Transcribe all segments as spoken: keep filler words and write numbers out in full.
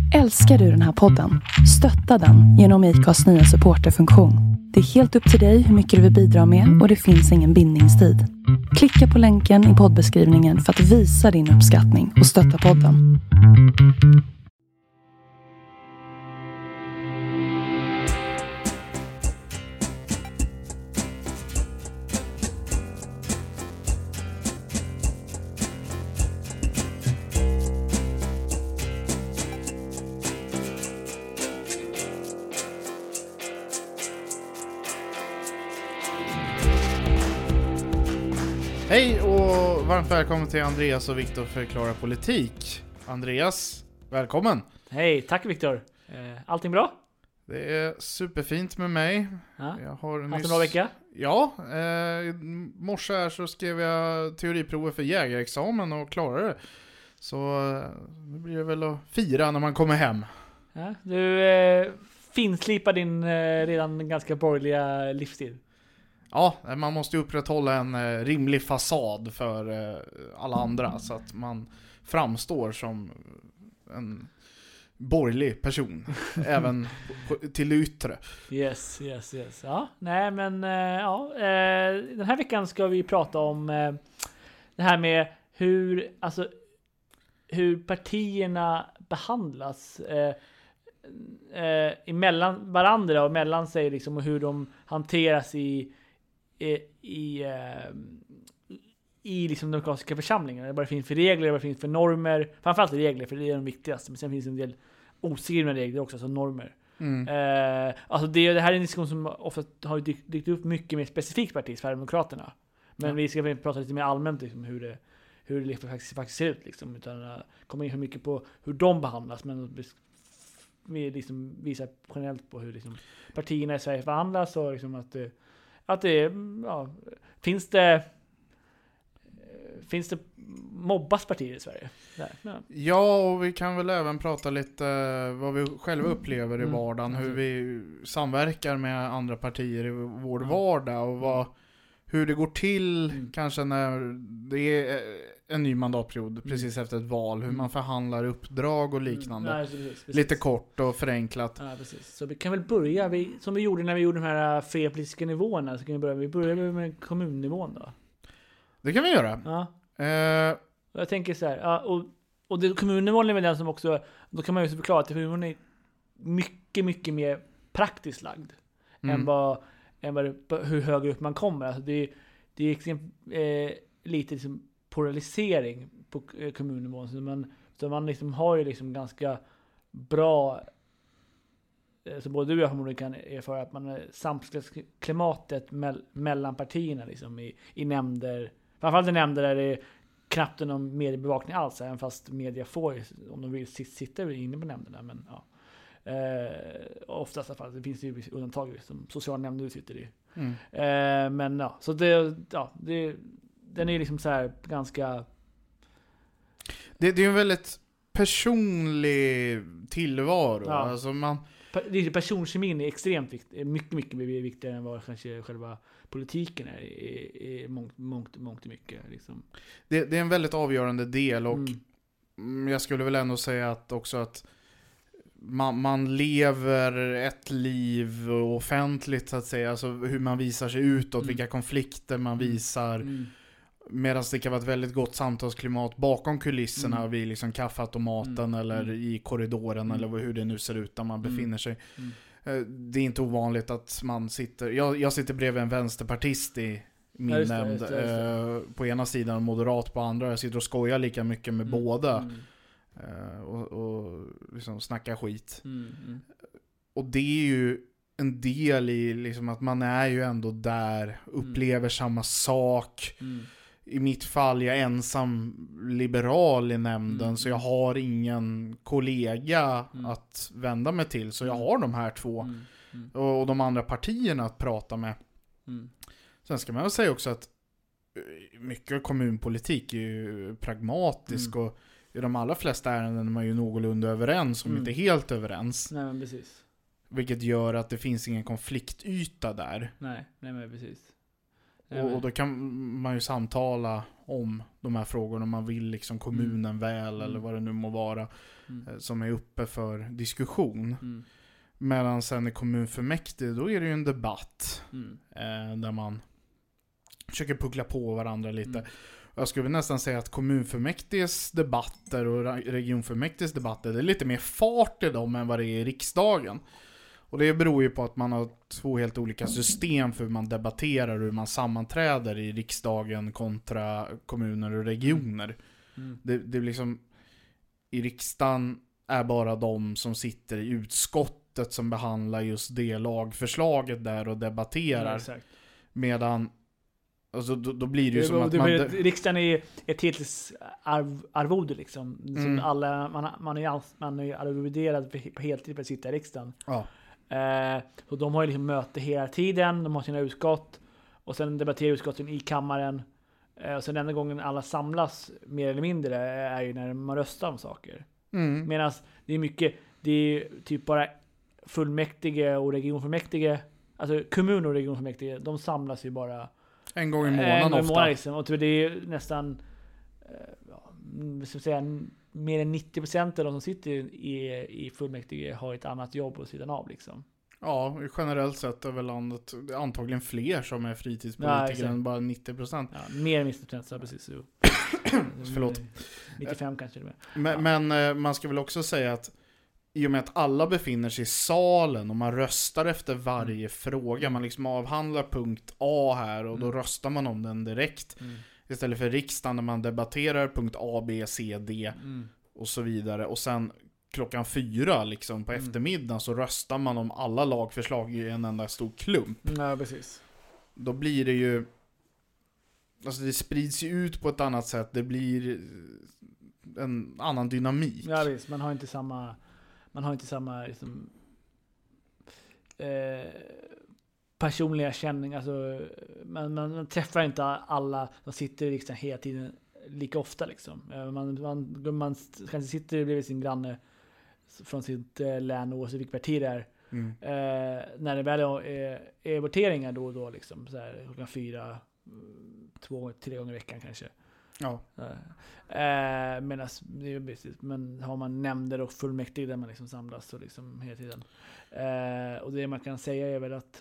Älskar du den här podden? Stötta den genom I C A:s nya supporterfunktion. Det är helt upp till dig hur mycket du vill bidra med och det finns ingen bindningstid. Klicka på länken i poddbeskrivningen för att visa din uppskattning och stötta podden. Hej och varmt välkommen till Andreas och Viktor förklarar politik. Andreas, välkommen. Hej, tack Viktor. Eh, allting bra? Det är superfint med mig. Ja. Jag har Haft nyss... en bra vecka? Ja, eh, morse här så skrev jag teoriprovet för jägarexamen och klarade det. Så eh, nu blir det väl att fira när man kommer hem. Ja, du eh, finslipar din eh, redan ganska borgerliga livsstil. Ja, man måste upprätthålla en eh, rimlig fasad för eh, alla andra så att man framstår som en borgerlig person även på, till det yttre. Yes, yes, yes. Ja, nej men eh, ja, eh, den här veckan ska vi prata om eh, det här med hur alltså hur partierna behandlas eh, eh, emellan varandra och mellan sig liksom, och hur de hanteras i i i, eh, i liksom demokratiska församlingar. Vad det finns för regler, vad det finns för normer. Framförallt regler, för det är de viktigaste. Men sen finns det en del oskrivna regler också, alltså normer. Mm. Eh, alltså det, det här är en diskussion som ofta har dykt, dykt upp mycket mer specifikt parti, Sverigedemokraterna. Men ja. Vi ska prata lite mer allmänt liksom, hur det hur det faktiskt, faktiskt ser ut. Liksom, utan uh, kommer in för mycket på hur de behandlas. Men vi liksom visar generellt på hur liksom, partierna i Sverige förhandlas och liksom, att det Att det ja, finns det finns det mobbas partier i Sverige? Där, ja. ja, och vi kan väl även prata lite vad vi själva upplever i vardagen, mm. hur vi samverkar med andra partier i vår mm. vardag och vad, hur det går till mm. kanske när det är en ny mandatperiod mm. precis efter ett val, hur man förhandlar uppdrag och liknande. Mm. Nej, precis, precis. Lite kort och förenklat. Ja, precis. Så vi kan väl börja, vi, som vi gjorde när vi gjorde de här fria politiska nivåerna, så kan vi börja, vi börjar med kommunnivån då. Det kan vi göra. Ja. Eh. Jag tänker så här, ja, och, och det, kommunnivån är väl den som också, då kan man ju förklara att kommunnivån är mycket, mycket mer praktiskt lagd mm. än vad än vad det, hur högre upp man kommer. Alltså det, det är extremt, eh, lite liksom polarisering på eh, kommunnivån. Så man, så man liksom har ju liksom ganska bra, eh, så både du och jag förmodligen kan erfara att man samtalsklimatet me- mellan partierna liksom i, i nämnder, framförallt i nämnder där det är knappt någon mediebevakning alls, även fast media får, om de vill sitta inne på nämnderna, men ja. Eh, oftast i alla fall, det finns ju undantag som socialnämnden sitter i. Mm. Eh, men ja, så det, ja, det, den är liksom så här ganska... Det, det är en väldigt personlig tillvaro. Ja. Alltså man... Personkemin är extremt viktigt, mycket, mycket viktigare än vad kanske själva politiken är i, i mångt, mångt, mångt mycket. Liksom. Det, det är en väldigt avgörande del och mm. jag skulle väl ändå säga att också att Man, man lever ett liv offentligt så att säga, alltså hur man visar sig utåt, mm. vilka konflikter man visar, mm. medan det kan vara ett väldigt gott samtalsklimat bakom kulisserna mm. vid liksom kaffeautomaten mm. eller mm. i korridoren mm. eller hur det nu ser ut där man befinner mm. sig. Mm. Det är inte ovanligt att man sitter, jag, jag sitter bredvid en vänsterpartist i min ja, just det, nämnd just det, just det. Eh, på ena sidan och moderat på andra, jag sitter och skojar lika mycket med mm. båda. Mm. Uh, och, och liksom snacka skit mm, mm. och det är ju en del i liksom att man är ju ändå där, upplever mm. samma sak mm. i mitt fall, jag är ensam liberal i nämnden mm. så jag har ingen kollega mm. att vända mig till, så jag har de här två mm. Mm. Och, och de andra partierna att prata med mm. Sen ska man väl säga också att mycket kommunpolitik är ju pragmatisk mm. och i de allra flesta ärenden är man ju någorlunda överens, om mm. inte helt överens. Nej, men precis. Vilket gör att det finns ingen konfliktyta där. Nej, nej men precis. Nej, och, men. och då kan man ju samtala om de här frågorna. Man vill liksom kommunen Mm. väl eller Mm. vad det nu må vara Mm. eh, som är uppe för diskussion. Mm. Medan sen i kommunfullmäktige, då är det ju en debatt Mm. eh, där man försöker puckla på varandra lite. Mm. Jag skulle nästan säga att kommunfullmäktiges debatter och regionfullmäktiges debatter, det är lite mer fart i dem än vad det är i riksdagen. Och det beror ju på att man har två helt olika system för hur man debatterar och hur man sammanträder i riksdagen kontra kommuner och regioner. Mm. Det, det är liksom, i riksdagen är bara de som sitter i utskottet som behandlar just det lagförslaget där och debatterar. Ja, exakt. Medan alltså, då, då blir det ju Det, som att det, man... det, riksdagen är ett heltidsarvode liksom. Som Mm. alla, man, man är ju man är ju arvoderad på heltid för att sitta i riksdagen. Ja. Eh, så de har ju liksom möte hela tiden, de har sina utskott och sen debatterar utskotten i kammaren. Eh, och sen den gången alla samlas mer eller mindre är ju när man röstar om saker. Mm. Medan det är mycket, det är typ bara fullmäktige och regionfullmäktige, alltså kommun och regionfullmäktige, de samlas ju bara En gång i en månaden gång i ofta. månaden liksom. Och det är nästan eh, ja, ska säga, mer än nittio procent av de som sitter i, i fullmäktige har ett annat jobb och sidan av liksom. Ja, generellt sett över landet. Det är antagligen fler som är Ja, fritidspolitiker exakt. än bara nittio procent. Ja, mer än nittio procent, så precis. Jo. Förlåt. nittiofem kanske det är. Men, men eh, man ska väl också säga att i och med att alla befinner sig i salen och man röstar efter varje Mm. fråga, man liksom avhandlar punkt A här och då Mm. röstar man om den direkt. Mm. Istället för riksdagen när man debatterar punkt A, B, C, D Mm. och så vidare. Och sen klockan fyra liksom på Mm. eftermiddagen så röstar man om alla lagförslag i en enda stor klump. Ja, precis. Då blir det ju, alltså det sprids ju ut på ett annat sätt. Det blir en annan dynamik. Ja, visst. Man har inte samma man har inte samma liksom, eh, personliga känning. Alltså, man, man träffar inte alla som sitter i riksdagen hela tiden lika ofta liksom. Eh, Man, man, man kanske sitter bredvid sin granne från sitt eh, län oavsett vilket parti det är. Mm. Eh, när det väl är, är, är voteringar då och då liksom, så här, klockan fyra, mm, två, tre gånger i veckan kanske. Ja. Eh, medan, det är ju precis, men har man nämnder och fullmäktige där man liksom samlas så liksom hela tiden. Eh, och det man kan säga är väl att,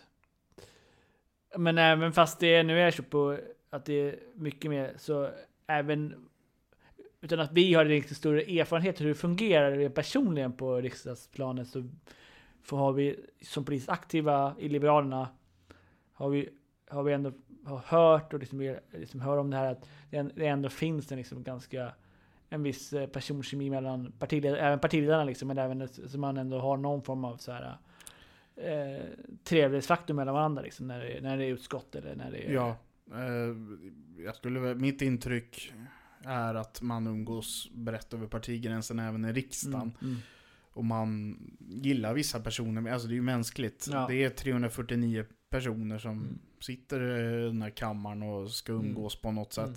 men även fast det nu är så på att det är mycket mer, så även utan att vi har riktigt större erfarenhet hur det fungerar personligen på riksdagsplanet, så för har vi som politiskt aktiva i Liberalerna har vi, har vi ändå har hört och liksom, liksom hör om det här att det ändå finns en liksom ganska en viss personkemi mellan partiledare, även partiledarna liksom, men även så man ändå har någon form av så här eh, trevlighetsfaktor mellan varandra liksom, när det, när det är utskott eller när det är... Ja. Eh, jag skulle, mitt intryck är att man umgås brett över partigränsen även i riksdagen. Mm, mm. Och man gillar vissa personer, men alltså det är ju mänskligt. Ja. Det är trehundrafyrtionio personer som Mm. sitter i den här kammaren och ska umgås Mm. på något sätt. Mm.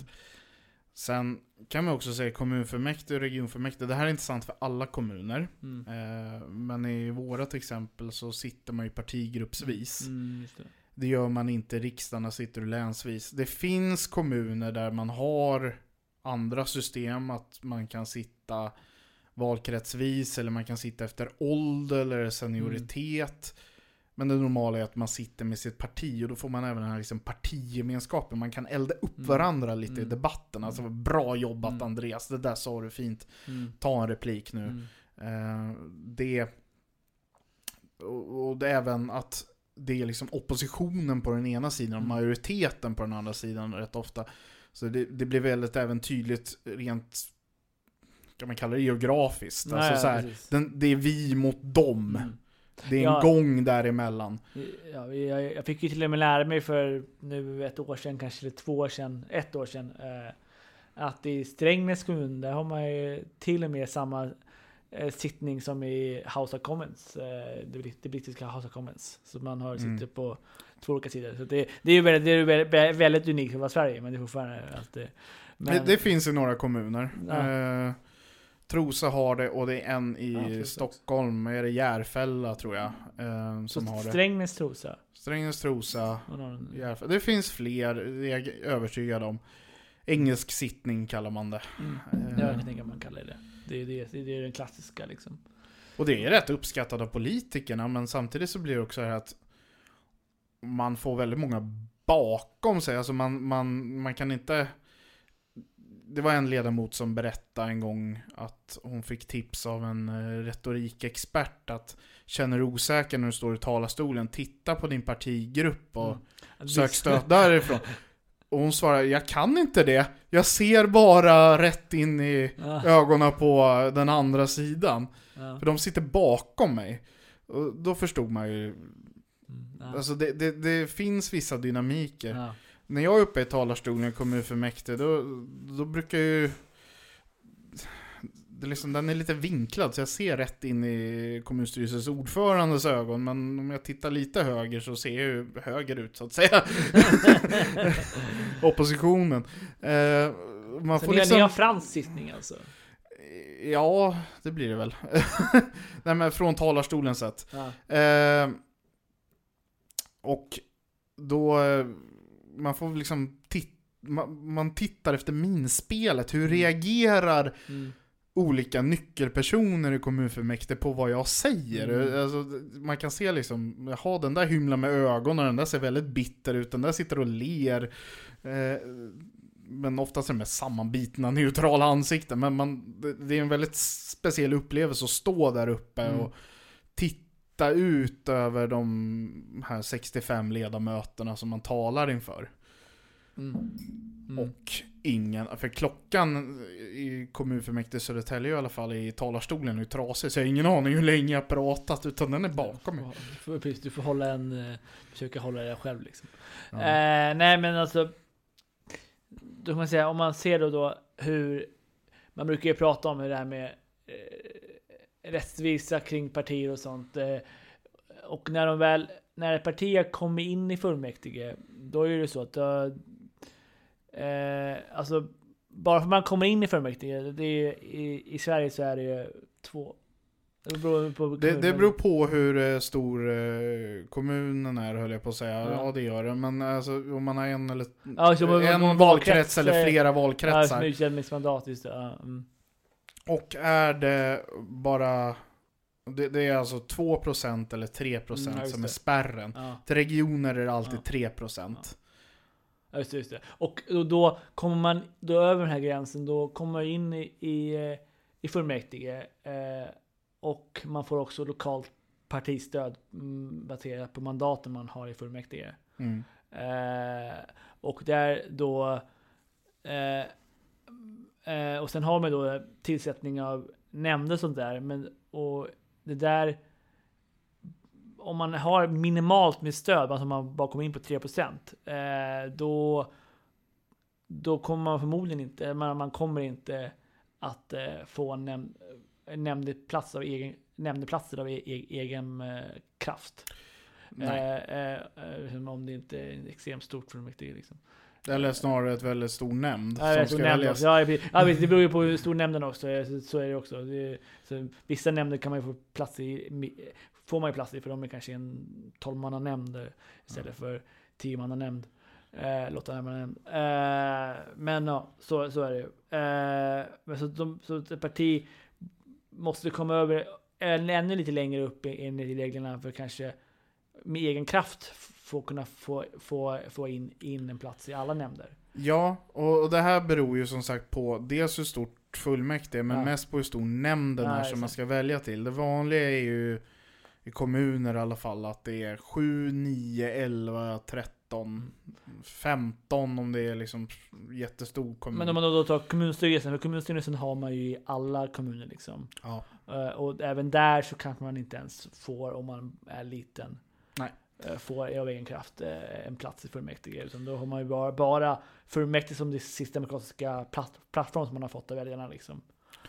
Sen kan man också säga kommunfullmäktige och regionfullmäktige. Det här är intressant för alla kommuner. Mm. Eh, men i vårat exempel så sitter man ju partigruppsvis. Mm, just det. Det gör man inte i riksdagen, sitter du länsvis. Det finns kommuner där man har andra system, att man kan sitta valkretsvis eller man kan sitta efter ålder eller senioritet. Mm. Men det normala är att man sitter med sitt parti och då får man även den här liksom partigemenskapen. Man kan elda upp Mm. varandra lite Mm. i debatten. Alltså bra jobbat Mm. Andreas, det där sa du fint. Mm. Ta en replik nu. Mm. Eh, det och, och det är även att det är liksom oppositionen på den ena sidan och Mm. majoriteten på den andra sidan rätt ofta. Så det, det blir väldigt även tydligt rent, kan man kalla det, geografiskt. Nej, alltså ja, så här, precis. den, det är vi mot dem. Mm. Det är en Ja. gång däremellan. Ja, jag, jag fick ju till och med lära mig för nu ett år sedan, kanske eller två år sedan, ett år sedan, eh, att i Strängnäs kommun, där har man ju till och med samma eh, sittning som i House of Commons, eh, det, det brittiska House of Commons. Så man har Mm. sitter på två olika sidor. Så det, det är ju väldigt, det är väldigt, väldigt unikt för att vara Sverige, men det är fortfarande att det, men, Det, det finns i några kommuner. Ja. Eh, Trosa har det och det är en i Ja, precis. Stockholm, är det Järfälla tror jag, eh, så som har det. Strängnäs Trosa. Strängnäs, Trosa, Och någon- Järfälla. Det finns fler, det är jag övertygad om. engelsk sittning kallar man det. Mm. Eh, Jag vet inte vad man kallar det. Det är, det, det är den klassiska liksom. Och det är rätt uppskattat av politikerna, men samtidigt så blir det också här att man får väldigt många bakom sig. Alltså man, man, man kan inte... Det var en ledamot som berättade en gång att hon fick tips av en retorikexpert att känner du osäker när du står i talarstolen, titta på din partigrupp och mm. sök stöd därifrån. Och hon svarar, jag kan inte det. Jag ser bara rätt in i ja. ögonen på den andra sidan. Ja. För de sitter bakom mig. Och då förstod man ju... Ja. Alltså det, det, det finns vissa dynamiker. Ja. När jag är uppe i talarstolen i kommunfullmäktige, då, då brukar ju... Det liksom, den är lite vinklad så jag ser rätt in i kommunstyrelsens ordförandes ögon, men om jag tittar lite höger så ser jag ju höger ut så att säga. Oppositionen. Eh, man så får ni, liksom... ni har fransk sittning alltså? Ja, det blir det väl. Nej, men från talarstolen sett. Ja. Eh, och då... Man får liksom titta... Man, man tittar efter minspelet. Hur reagerar... Mm. olika nyckelpersoner i kommunfullmäktige på vad jag säger. Mm. Alltså, man kan se liksom, jaha, den där hymlar med ögonen, den där ser väldigt bitter ut, den där sitter och ler. Eh, men oftast är det med sammanbitna neutrala ansikten. Men man, det är en väldigt speciell upplevelse att stå där uppe mm. och titta ut över de här sextiofem ledamöterna som man talar inför. Mm. Mm. Och ingen, för klockan i kommunfullmäktige Södertälje i alla fall i talarstolen är ju trasig, så jag har ingen aning hur länge jag har pratat, utan den är bakom mig. Du får, precis, du får hålla en, försöka hålla det själv liksom. Ja. Eh, nej men alltså, då kan man säga, om man ser då, då hur, man brukar ju prata om hur det här med eh, rättvisa kring partier och sånt. Eh, och när de väl, när partier kommer in i fullmäktige, då är det så att då, Eh, alltså bara för att man kommer in i fullmäktige, det är, i, i Sverige så är det ju två. Det beror på, det, det beror på hur stor eh, kommunen är, höll jag på att säga. Ja, ja det gör det. Men alltså, om man har en eller ja, så, en valkrets, valkrets eller flera valkretsar. Ja, som mandat, just det. Ja, mm. Och är det bara... Det, det är alltså två procent eller tre procent mm, som är spärren. Ja. Till regioner är det alltid ja. tre procent. Ja. Just det, just det. Och då, då kommer man då över den här gränsen, då kommer man in i, i, i fullmäktige eh, och man får också lokalt partistöd mm, baserat på mandaten man har i fullmäktige. Mm. Eh, och där då eh, eh, och sen har man då tillsättning av nämnder och sånt där, men och det där, om man har minimalt med stöd, alltså man bara kommer in på tre procent, eh, då, då kommer man förmodligen inte, man, man kommer inte att eh, få näm, nämndeplats av egen, nämndeplatser av e, e, egen eh, kraft. Eh, eh, om det inte är extremt stort för mycket liksom. Eller snarare ett väldigt stor nämnd. Ja, som ska väljas. Ja, ja, det beror ju på hur stor nämnden också. Så, så är det också. Det, så, vissa nämnder kan man ju få plats i, får man ju plats i, för de är kanske en tolv-manna nämnd istället ja. för tio-manna nämnd. Eh, låta nämnd. Eh, men ja, så, så är det ju. Eh, men så, de, så ett parti måste komma över ännu lite längre upp enligt reglerna för kanske med egen kraft få kunna få, få, få in, in en plats i alla nämnder. Ja, och, och det här beror ju som sagt på dels hur stort fullmäktige, men ja. mest på hur stor nämnden ja, är som man ska välja till. Det vanliga är ju i kommuner i alla fall att det är sju, nio, elva, tretton, femton om det är liksom jättestor kommun. Men om man då tar kommunstyrelsen, för kommunstyrelsen har man ju i alla kommuner liksom. Ja. Och även där så kanske man inte ens får, om man är liten, Nej. får av egen kraft en plats i fullmäktige, utan då har man ju bara, bara fullmäktige som det sista demokratiska platt, plattform som man har fått av väljarna liksom.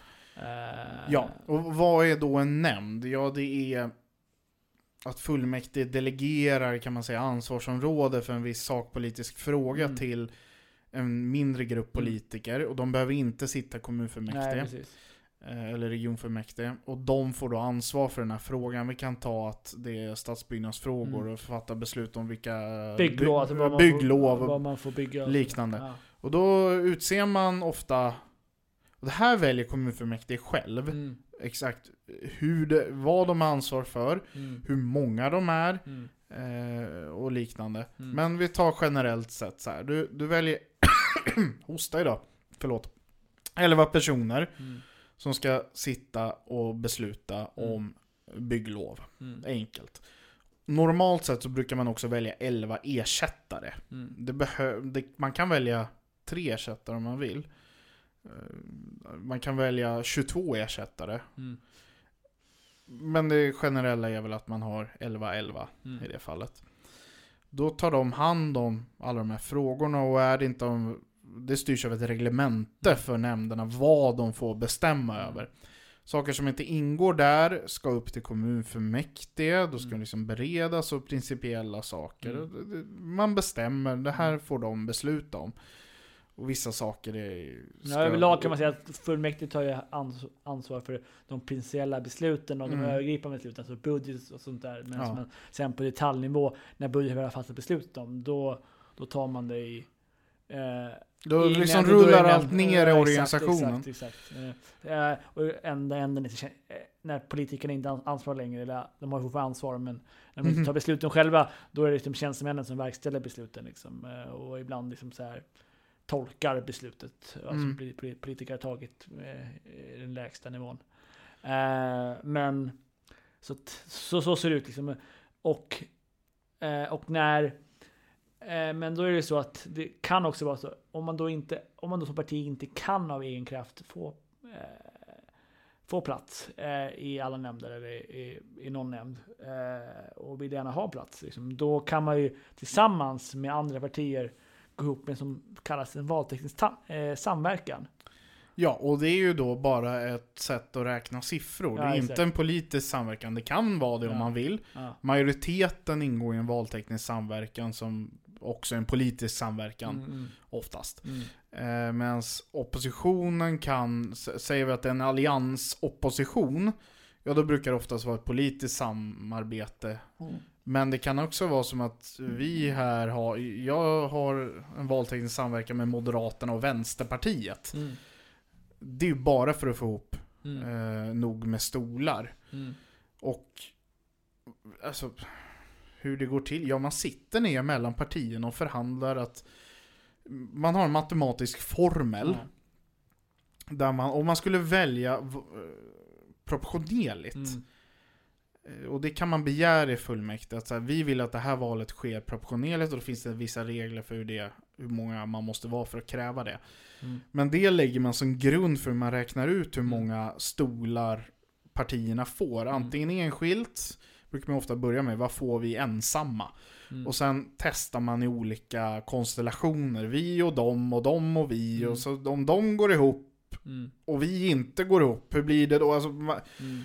Ja, och vad är då en nämnd? Ja, det är att fullmäktige delegerar, kan man säga, ansvarsområde för en viss sakpolitisk fråga mm. till en mindre grupp politiker, mm. och de behöver inte sitta kommunfullmäktige. Nej, eller regionfullmäktige, och de får då ansvar för den här frågan. Vi kan ta att det är stadsbyggnadsfrågor mm. och fatta beslut om vilka bygglov, by- bygglov vad man får bygga liknande. Ja. Och då utser man ofta, och det här väljer kommunfullmäktige själv, Mm. exakt hur det, vad de har ansvar för, Mm. hur många de är Mm. eh, och liknande. Mm. Men vi tar generellt sett så här. Du, du väljer hosta idag, förlåt. elva personer Mm. som ska sitta och besluta Mm. om bygglov. Mm. Enkelt. Normalt sett så brukar man också välja elva ersättare. Mm. Det behö- det, man kan välja tre ersättare om man vill. Eh, Man kan välja tjugotvå ersättare. Mm. Men det generella är väl att man har elva elva Mm. i det fallet. Då tar de hand om alla de här frågorna, och är det inte om, det styrs av ett reglemente för nämnderna vad de får bestämma Mm. över. Saker som inte ingår där ska upp till kommunfullmäktige, då ska Mm. liksom beredas, och principiella saker. Mm. Och det- det- Man bestämmer, det här får de besluta om. Och vissa saker är... Ja, överlag kan man säga att fullmäktige tar ju ans- ansvar för de principiella besluten och de Mm. övergripande besluten, alltså budget och sånt där. Men Ja. man, sen på detaljnivå, när budgeten har fattat beslut om, då, då tar man det i... Eh, Då i liksom nämnden, då är rullar det allt nämnd- ner i ja, organisationen. Exakt, exakt, exakt. Eh, och enda änden är eh, när politikerna inte har ansvar längre, eller de har fortfarande ansvar, men när de inte Mhm. tar besluten själva, då är det liksom tjänstemännen som verkställer besluten. Liksom, eh, och ibland liksom så här tolkar beslutet. Alltså Mm. poli- poli- politiker har tagit eh, den lägsta nivån. Eh, men så, t- så, så ser det ut liksom. Och, eh, och när eh, men då är det så att det kan också vara så, om man då inte, om man då som parti inte kan av egen kraft få eh, få plats eh, i alla nämnder eller i, i någon nämnd eh, och vill gärna ha plats liksom, då kan man ju tillsammans med andra partier gå ihop med som kallas en valteknisk ta- eh, samverkan. Ja, och det är ju då bara ett sätt att räkna siffror. Ja, det är exakt. inte en politisk samverkan. Det kan vara det om Ja. man vill. Ja. Majoriteten ingår i en valteknisk samverkan som också är en politisk samverkan Mm, mm, oftast. mm. Eh, Medan oppositionen kan, s- säger vi att det är en alliansopposition, ja då brukar det oftast vara ett politiskt samarbete. Mm. Men det kan också vara som att vi här har, jag har en valteknisk samverkan med Moderaterna och Vänsterpartiet. Mm. Det är ju bara för att få ihop Mm. eh, nog med stolar. Mm. Och alltså hur det går till, ja man sitter ner mellan partierna och förhandlar, att man har en matematisk formel Ja. där man, om man skulle välja v- proportionerligt, Mm. eh, och det kan man begära i fullmäktige, att så här, vi vill att det här valet sker proportionerligt, och då finns det vissa regler för hur, det, hur många man måste vara för att kräva det. Mm. Men det lägger man som grund för hur man räknar ut hur Mm. många stolar partierna får. Mm. Antingen enskilt, brukar man ofta börja med, vad får vi ensamma? Mm. Och sen testar man i olika konstellationer. Vi och dem och dem och vi. Mm. Och så om de går ihop Mm. och vi inte går ihop, hur blir det då? Alltså, ma- Mm.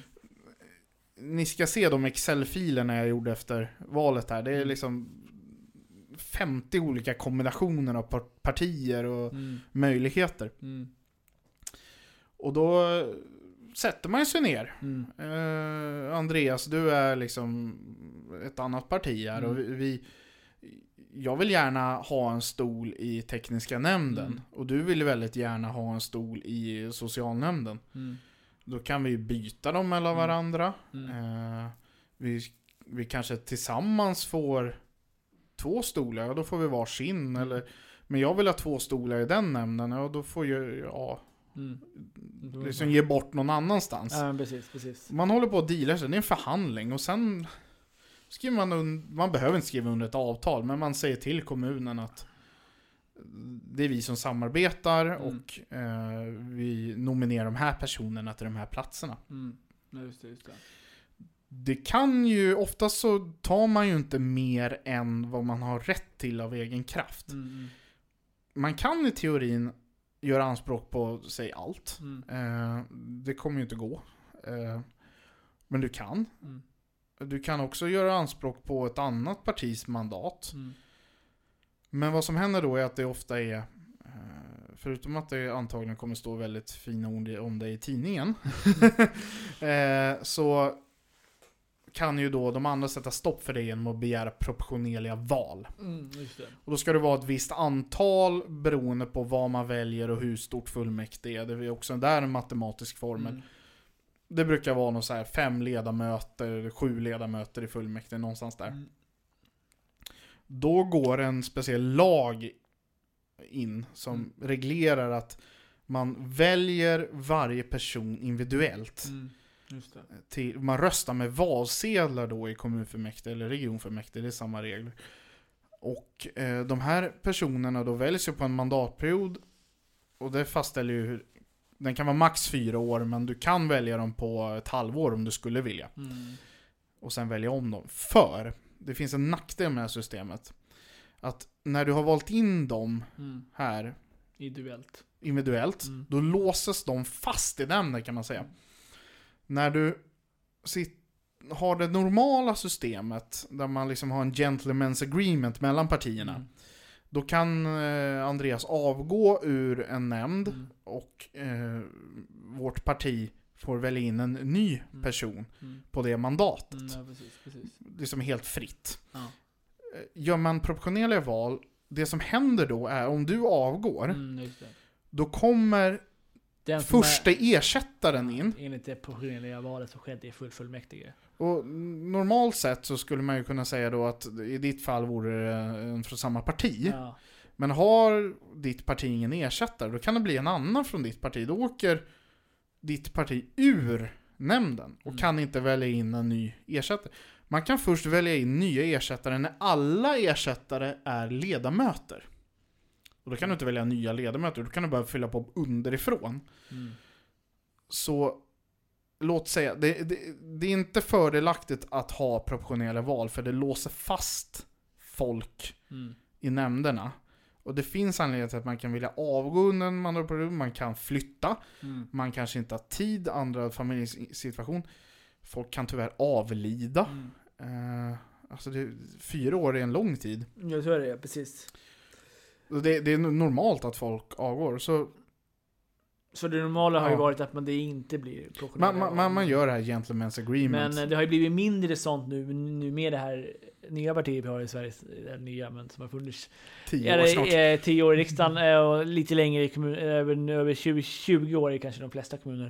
ni ska se de Excel-filerna jag gjorde efter valet här. Det är Mm. liksom femtio olika kombinationer av par- partier och Mm. möjligheter. Mm. Och då sätter man sig ner. Mm. Eh, Andreas, du är liksom ett annat parti här. Mm. Och vi, vi, jag vill gärna ha en stol i tekniska nämnden. Mm. Och du vill väldigt gärna ha en stol i socialnämnden. Mm. Då kan vi byta dem mellan Mm. varandra. Mm. Eh, vi, vi kanske tillsammans får två stolar. Och då får vi varsin. Mm. Eller, men jag vill ha två stolar i den nämnden. Och då får jag ja, Mm. liksom ge bort någon annanstans. Ja, men precis, precis. Man håller på att deala sig, det är en förhandling, och sen skriver man un- man behöver inte skriva under ett avtal, men man säger till kommunen att det är vi som samarbetar Mm. och eh, vi nominerar de här personerna till de här platserna. Mm. Ja, just det, just det. Det kan ju, oftast så tar man ju inte mer än vad man har rätt till av egen kraft. Mm. Mm. Man kan i teorin göra anspråk på, säg allt. Mm. Eh, det kommer ju inte gå. Eh, men du kan. Mm. Du kan också göra anspråk på ett annat partis mandat. Mm. Men vad som händer då är att det ofta är, eh, förutom att det antagligen kommer stå väldigt fina ord om det i tidningen, eh, så kan ju då de andra sätta stopp för det genom att begära proportionerliga val. Mm, just det. Och då ska det vara ett visst antal beroende på vad man väljer och hur stort fullmäktige är. Det är också där en matematisk formel. Mm. Det brukar vara något så här fem ledamöter, sju ledamöter i fullmäktige, någonstans där. Mm. Då går en speciell lag in som Mm. reglerar att man väljer varje person individuellt. Mm. Just det. Till, man röstar med valsedlar då i kommunfullmäktige eller regionfullmäktige, det är samma regler. Och eh, de här personerna då väljs ju på en mandatperiod, och det fastställer ju hur, den kan vara max fyra år, men du kan välja dem på ett halvår om du skulle vilja. Mm. Och sen välja om dem. För det finns en nackdel med det här systemet. Att när du har valt in dem Mm. här Individuellt. individuellt, Mm. då låses de fast i den, kan man säga. Mm. När du sit, har det normala systemet där man liksom har en gentleman's agreement mellan partierna, Mm. då kan eh, Andreas avgå ur en nämnd Mm. och eh, vårt parti får välja in en ny person Mm. på det mandatet. Mm, ja, precis, precis. Det är som helt fritt. Ja. Eh, Gör man proportionella val, det som händer då är, om du avgår, Mm, just det. då kommer Den som första är, ersättaren in. enligt det proportionella valet som skedde i full fullmäktige. Och normalt sett så skulle man ju kunna säga då att i ditt fall vore det en från samma parti. Ja. Men har ditt parti ingen ersättare, då kan det bli en annan från ditt parti. Då åker ditt parti ur nämnden och Mm. kan inte välja in en ny ersättare. Man kan först välja in nya ersättare när alla ersättare är ledamöter. Och då kan du inte välja nya ledamöter, då kan du bara fylla på underifrån. Mm. Så låt säga, det, det, det är inte fördelaktigt att ha proportionella val, för det låser fast folk Mm. i nämnderna. Och det finns anledning till att man kan vilja avgå under en mandatperiod, man kan flytta, Mm. man kanske inte har tid, andra familjesituation. Folk kan tyvärr avlida. Mm. Eh, alltså det, fyra år är en lång tid. Ja, så är det, precis. Och det, det är normalt att folk avgår. Så Så det normala har ju Ja. varit att man det inte blir proportionella man, man, man, man gör det här gentleman's agreement. Men eh, det har ju blivit mindre sånt nu, nu med det här nya partiet vi har i Sverige, det nya, men som har funnits tio år snart. eh, tio år i riksdagen eh, och lite längre i kommun, över, över tjugo, tjugo år i kanske de flesta kommuner.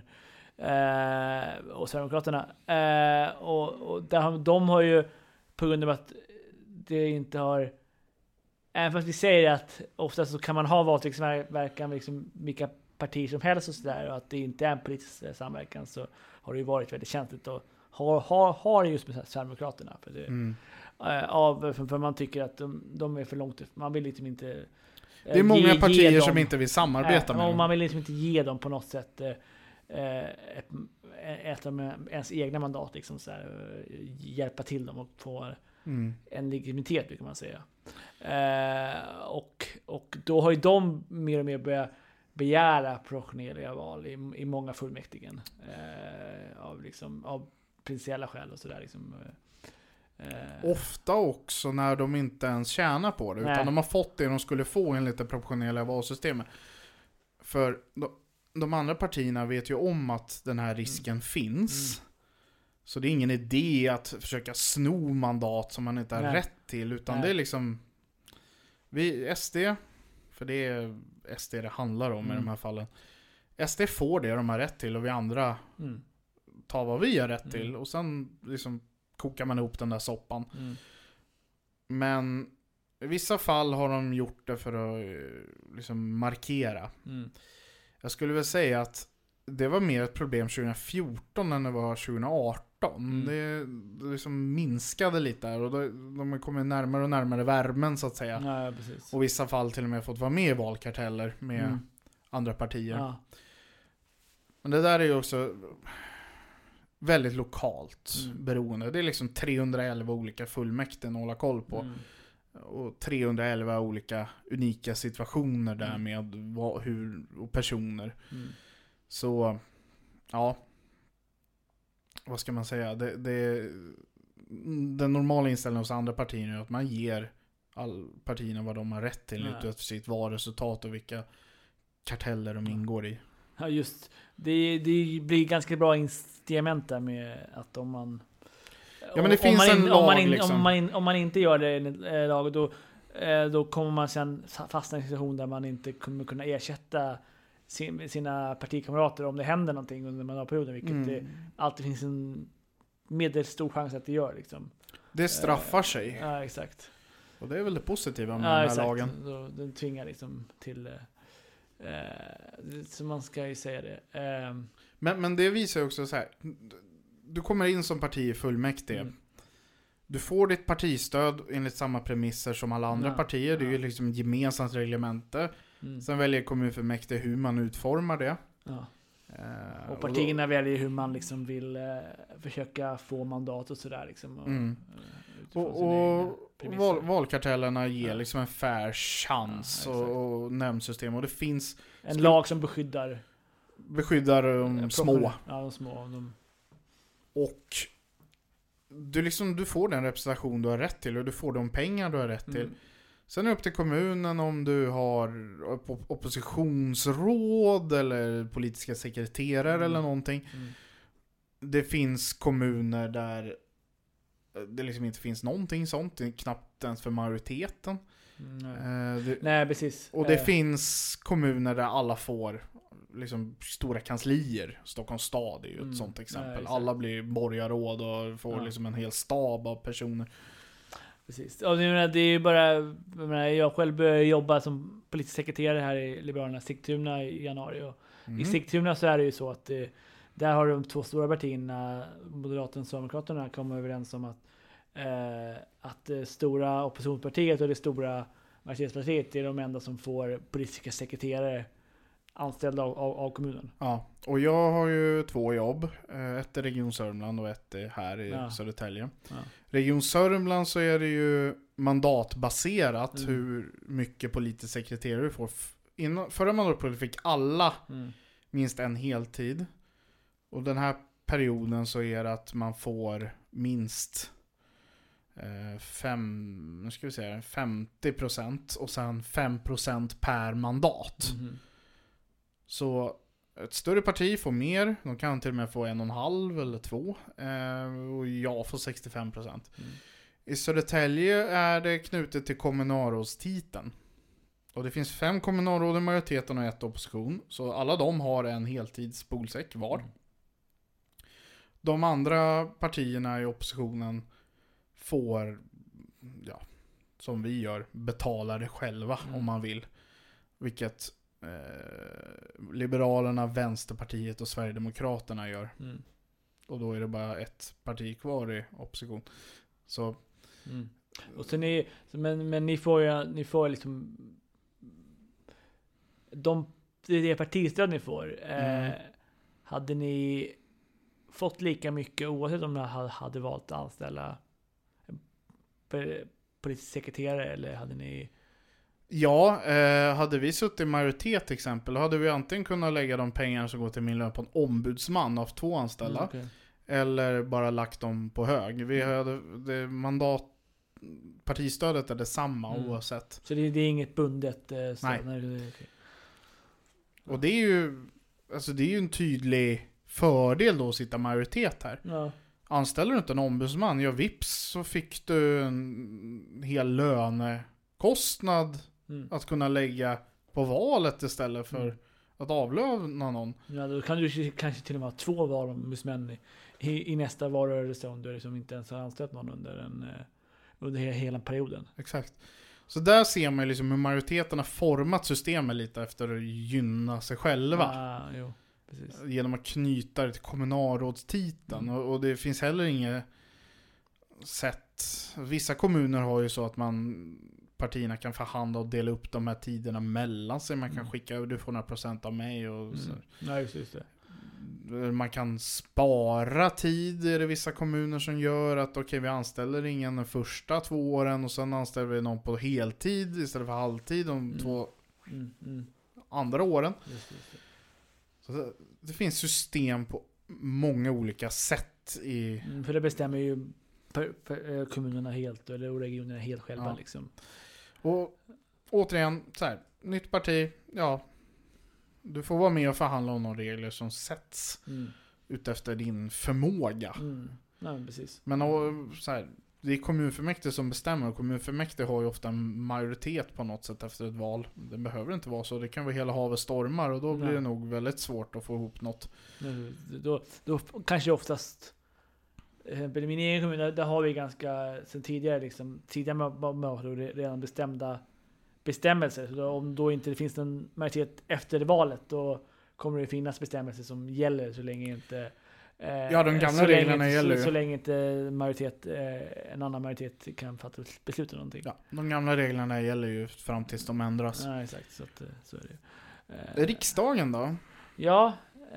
Eh, och Sverigedemokraterna. Eh, och och där, har- de har ju, på grund av att det inte har, även fast vi säger att ofta så kan man ha valtekniksverkan med liksom vilka partier som helst och sådär, och att det inte är en politisk eh, samverkan, så har det ju varit väldigt känsligt och har, har, har just med Sverigedemokraterna för det, Mm. eh, av, för, för man tycker att de, de är för långt, man vill liksom inte eh, Det är många ge- partier ge som dem- inte vill samarbeta äh, med och dem. man vill liksom inte ge dem på något sätt eh, eh, ett, ett av ens egna mandat liksom så här, eh, hjälpa till dem och få Mm. en legitimitet, brukar man säga. Eh, och, och då har ju de mer och mer börjat begära proportionella val i, i många fullmäktigen. Eh, av, liksom, av principiella skäl och sådär. Liksom, eh, Ofta också när de inte ens tjänar på det, Nej. utan de har fått det de skulle få enligt det proportionella valsystemet. För de, de andra partierna vet ju om att den här risken Mm. finns. Mm. Så det är ingen idé att försöka sno mandat som man inte har Nej. rätt till, utan Nej. det är liksom vi, S D, för det är S D det handlar om Mm. i de här fallen. S D får det de har rätt till, och vi andra mm, tar vad vi har rätt Mm. till, och sen liksom kokar man ihop den där soppan. mm, Men i vissa fall har de gjort det för att eh, liksom markera. mm. Jag skulle väl säga att det var mer ett problem tjugo fjorton än det var tjugo arton. Mm. Det, det liksom minskade lite där, och då, de har kommit närmare och närmare värmen, så att säga. Ja, precis. Och i vissa fall till och med fått vara med i valkarteller med Mm. andra partier. Ja. Men det där är ju också väldigt lokalt Mm. beroende. Det är liksom trehundraelva olika fullmäktige att hålla koll på. Mm. Och trehundraelva olika unika situationer där Mm. med vad, hur, och personer. Mm. Så, ja. Vad ska man säga? Det, det, den normala inställningen hos andra partier är att man ger all partierna vad de har rätt till, Nej. utifrån sitt valresultat och vilka karteller de ingår i. Ja, just. Det, det blir ganska bra incitament där med att om man Ja, men det finns man in, en lag om man, in, liksom. om, man in, om man inte gör det enligt eh, lag, då, eh, då kommer man sen fastna i en situation där man inte kommer kunna ersätta sin, sina partikamrater om det händer någonting under mandatperioden, vilket Mm. det alltid finns en medelstor chans att det gör. Liksom. Det straffar sig. Ja, exakt. Och det är väl det positiva med Ja, den här exakt. lagen. Så den tvingar liksom till... Eh, så man ska ju säga det. Eh, Men, men det visar ju också så här. Du kommer in som parti i fullmäktige. Mm. Du får ditt partistöd enligt samma premisser som alla andra Ja, partier. Det är ja. ju liksom gemensamt reglemente. mm. Sen väljer kommunfullmäktige hur man utformar det. Ja. Eh, Och då- partierna väljer hur man liksom vill eh, försöka få mandat och sådär. Liksom, och, Mm. eh, utifrån Och, sina egna och premisser. val, valkartellerna ger Ja. liksom en fair chans Ja, exakt. och, och nämndsystem. Och det finns En lag som beskyddar beskyddar de eh, små. profession- Ja, de små. De, Och du, liksom, du får den representation du har rätt till och du får de pengar du har rätt till. mm. Sen är det upp till kommunen om du har op- oppositionsråd eller politiska sekreterare Mm. eller någonting. Mm. Det finns kommuner där det liksom inte finns någonting sånt. Det är knappt ens för majoriteten. Mm, nej. Eh, det, nej, precis. och det Eh, finns kommuner där alla får liksom stora kanslier. Stockholms stad är ju ett Mm. sånt exempel. Nej, exakt. alla blir borgarråd och får Ja. liksom en hel stab av personer. Precis. Och det är det är ju bara, jag, menar, jag själv började jobba som politisk sekreterare här i Liberalerna Sigtuna i januari. Och Mm. i Sigtuna så är det ju så att det, där har de två stora partierna, Moderaterna och Sverigedemokraterna, kommit överens om att, eh, att det stora oppositionspartiet och det stora majoritetspartiet är de enda som får politiska sekreterare anställda av, av, av kommunen. Ja, och jag har ju två jobb. Eh, Ett i Region Sörmland och ett är här i Ja. Södertälje. Ja. Region Sörmland så är det ju mandatbaserat Mm. hur mycket politisk sekreterare du får. F- Innan, förra mandatperioden fick alla Mm. minst en heltid. Och den här perioden så är det att man får minst eh, fem, nu ska vi se här, femtio procent och sen fem procent per mandat. Mhm. Så ett större parti får mer. De kan till och med få en och en halv eller två. Eh, och jag får sextiofem procent. Mm. I Södertälje är det knutet till kommunalrådstiteln. Och det finns fem kommunalråd i majoriteten och ett opposition. Så alla de har en heltids polsäck var. Mm. De andra partierna i oppositionen får, ja, som vi gör, betala det själva Mm. om man vill. Vilket eh, Liberalerna, Vänsterpartiet och Sverigedemokraterna gör. Mm. Och då är det bara ett parti kvar i opposition. Så Mm. Och sen är, men, men ni får ju ni får liksom de, det, det partistöd ni får, Mm. eh, hade ni fått lika mycket oavsett om ni hade, hade valt att anställa en p- politisk sekreterare, eller hade ni... ja, eh, hade vi suttit i majoritet till exempel, hade vi antingen kunnat lägga de pengar som går till min lön på en ombudsman av två anställda. Mm, okej. Eller bara lagt dem på hög. Vi hade det mandat, partistödet är detsamma Mm. oavsett. Så det, det är inget bundet eh, stöd? Nej. Nej, det, okej. Och det är ju alltså det är ju en tydlig fördel då att sitta majoritet här. Ja. Anställer du inte en ombudsman, ja vips så fick du en hel lönekostnad Mm. att kunna lägga på valet istället för Mm. att avlöna någon. Ja, då kan du kanske till och med ha två valombudsmän i, i, i nästa valrörelse om du liksom inte ens har anställt någon under, en, eh, under he- hela perioden. Exakt. Så där ser man ju liksom hur majoriteten har format systemet lite efter att gynna sig själva. Ah, jo, precis. Genom att knyta det till kommunalrådstiteln. Mm. Och, och det finns heller inget sätt. Vissa kommuner har ju så att man partierna kan förhandla och dela upp de här tiderna mellan sig. Man kan Mm. skicka, du får några procent av mig. Och så. Mm. Ja, just, just det. Man kan spara tid, är det vissa kommuner som gör att okej, okay, vi anställer ingen de första två åren och sen anställer vi någon på heltid istället för halvtid de Mm. två Mm, mm. andra åren. Just, just det. Så det, det finns system på många olika sätt i... Mm, för det bestämmer ju per, per, eh, kommunerna helt, eller regionerna helt själva. Ja. Liksom. Och återigen, så här, nytt parti, ja, du får vara med och förhandla om de regler som sätts Mm. utefter din förmåga. Mm. Nej, precis. Men och, så här, det är kommunfullmäktige som bestämmer, och kommunfullmäktige har ju ofta en majoritet på något sätt efter ett val. Det behöver inte vara så, det kan vara hela havet stormar, och då blir Nej. det nog väldigt svårt att få ihop något. Då, då kanske oftast i min egen kommun, där, där har vi ganska sen tidigare liksom, tidigare med, med redan bestämda bestämmelser. Så då, om då inte det finns en majoritet efter valet, då kommer det finnas bestämmelser som gäller så länge inte eh, Ja, de gamla så reglerna länge, gäller så, ju. så länge inte majoritet, eh, en annan majoritet kan fatta beslut om någonting. Ja, de gamla reglerna gäller ju fram tills de ändras. Ja, exakt. Så, att, så är det ju. Eh, Riksdagen då? Ja,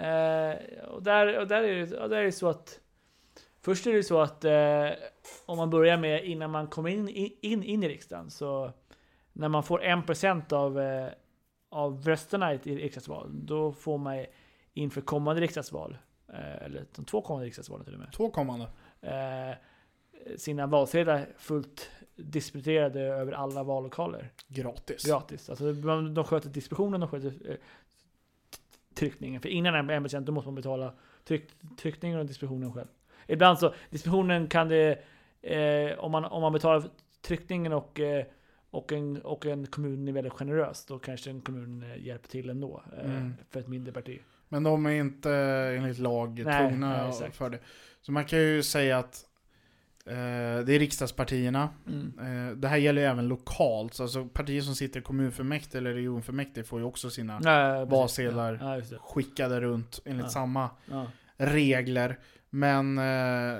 eh, och, där, och där är det, och där är det så att först är det så att eh, om man börjar med innan man kommer in, in, in i riksdagen, så när man får en procent av, eh, av rösterna i riksdagsval, då får man inför kommande riksdagsval, eh, eller de två kommande riksdagsvalen till och med, Två kommande. eh, sina valsedlar fullt distribuerade över alla vallokaler. Gratis. Gratis. Alltså de, de sköter distributionen, de sköter eh, tryckningen. För innan en procent då måste man betala tryck, tryckningen och distributionen själv. Ibland så, distributionen kan det, eh, om, man, om man betalar tryckningen och, eh, och, en, och en kommun är väldigt generös, då kanske en kommun eh, hjälper till ändå eh, Mm. för ett mindre parti. Men de är inte enligt lag Nej, tvungna nej, exakt. för det. Så man kan ju säga att eh, det är riksdagspartierna. Mm. Eh, det här gäller ju även lokalt. Så alltså partier som sitter i kommunfullmäktige eller regionfullmäktige får ju också sina Nej, precis. valsedlar Ja, just det. skickade runt enligt Ja. samma Ja. regler. Men eh,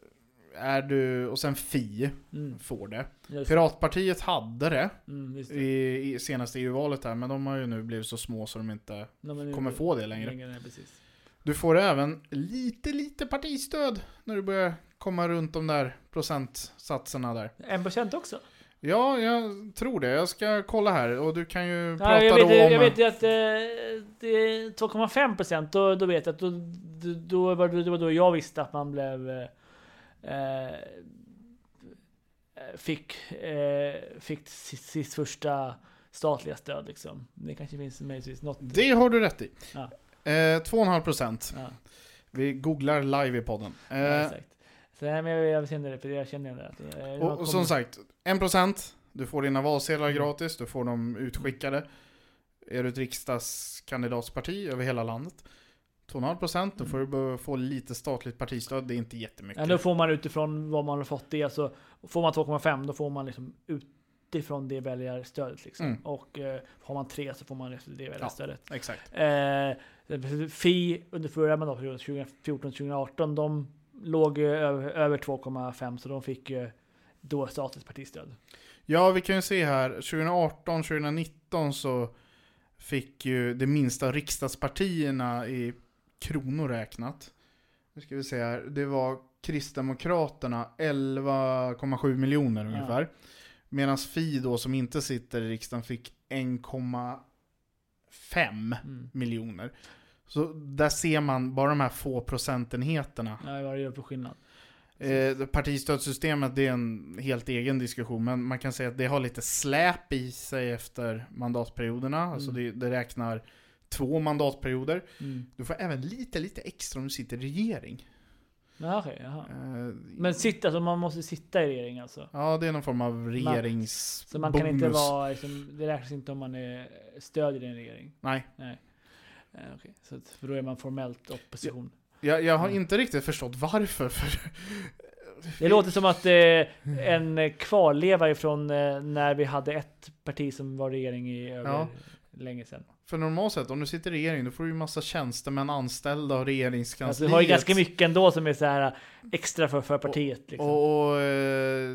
är du, och sen F I Mm. får det. Just det. Piratpartiet hade det Mm, just det. i, i senaste E U-valet här, men de har ju nu blivit så små så de inte Ja, men nu- kommer få det längre. längre nej, precis. Du får även lite, lite partistöd när du börjar komma runt de där procentsatserna där. En procent också? Ja, jag tror det. Jag ska kolla här och du kan ju Ja, prata jag, då vet, om... jag vet ju att eh, det är två komma fem procent, då, då vet jag att då, då, då, var det, det var då jag visste att man blev eh, fick, eh, fick sitt, sitt första statliga stöd liksom. Det kanske finns möjligtvis något. Det har du rätt i. Ja. Eh, två komma fem procent. Ja, Vi googlar live i podden. ja, Eh, exakt. Så nej, men jag, jag känner det, för jag känner det. Att, eh, man och, och som kommer- sagt, en procent. Du får dina valsedlar Mm. gratis. Du får dem utskickade. Är du ett riksdagskandidatsparti över hela landet, två komma fem procent, då får du börja få lite statligt partistöd. Det är inte jättemycket. Ja, då får man utifrån vad man har fått det. Alltså, får man två komma fem, då får man liksom utifrån det väljarstödet. Liksom. Mm. Och eh, har man tre så får man efter det väljarstödet. Exakt. Eh, F I under förra mandatperioden tjugofjorton tjugoarton, de låg ju över, över två komma fem, så de fick ju då statligt partistöd. Ja, vi kan ju se här. tjugoarton tjugonitton så fick ju det minsta riksdagspartierna i kronor räknat. Nu ska vi se här. Det var Kristdemokraterna elva komma sju miljoner ungefär. Medan F I då, som inte sitter i riksdagen, fick en komma fem Mm. miljoner. Så där ser man bara de här få procentenheterna. Ja, vad det gör för skillnad. Eh, partistödssystemet, det är en helt egen diskussion, men man kan säga att det har lite släp i sig efter mandatperioderna. Mm. Alltså det, det räknar två mandatperioder. Mm. Du får även lite, lite extra om du sitter i regering. Ja, okej, jaha. Eh, Men sitta, alltså man måste sitta i regering alltså. Ja, det är någon form av regerings Så man kan inte bonus. vara, liksom, det räknas inte om man är stödjer en regering. Nej, Nej. Eh, okej. Så att, för då är man formellt opposition. jag, jag har Mm. inte riktigt förstått varför. För Det låter som att eh, en kvarleva ifrån eh, när vi hade ett parti som var regering i över Ja. länge sedan. För normalt sett, om du sitter i regering, då får du ju massa tjänstemän anställda och regeringskansliet. Alltså, vi har ju ganska mycket ändå som är så här extra för, för partiet. Liksom. Och, och eh,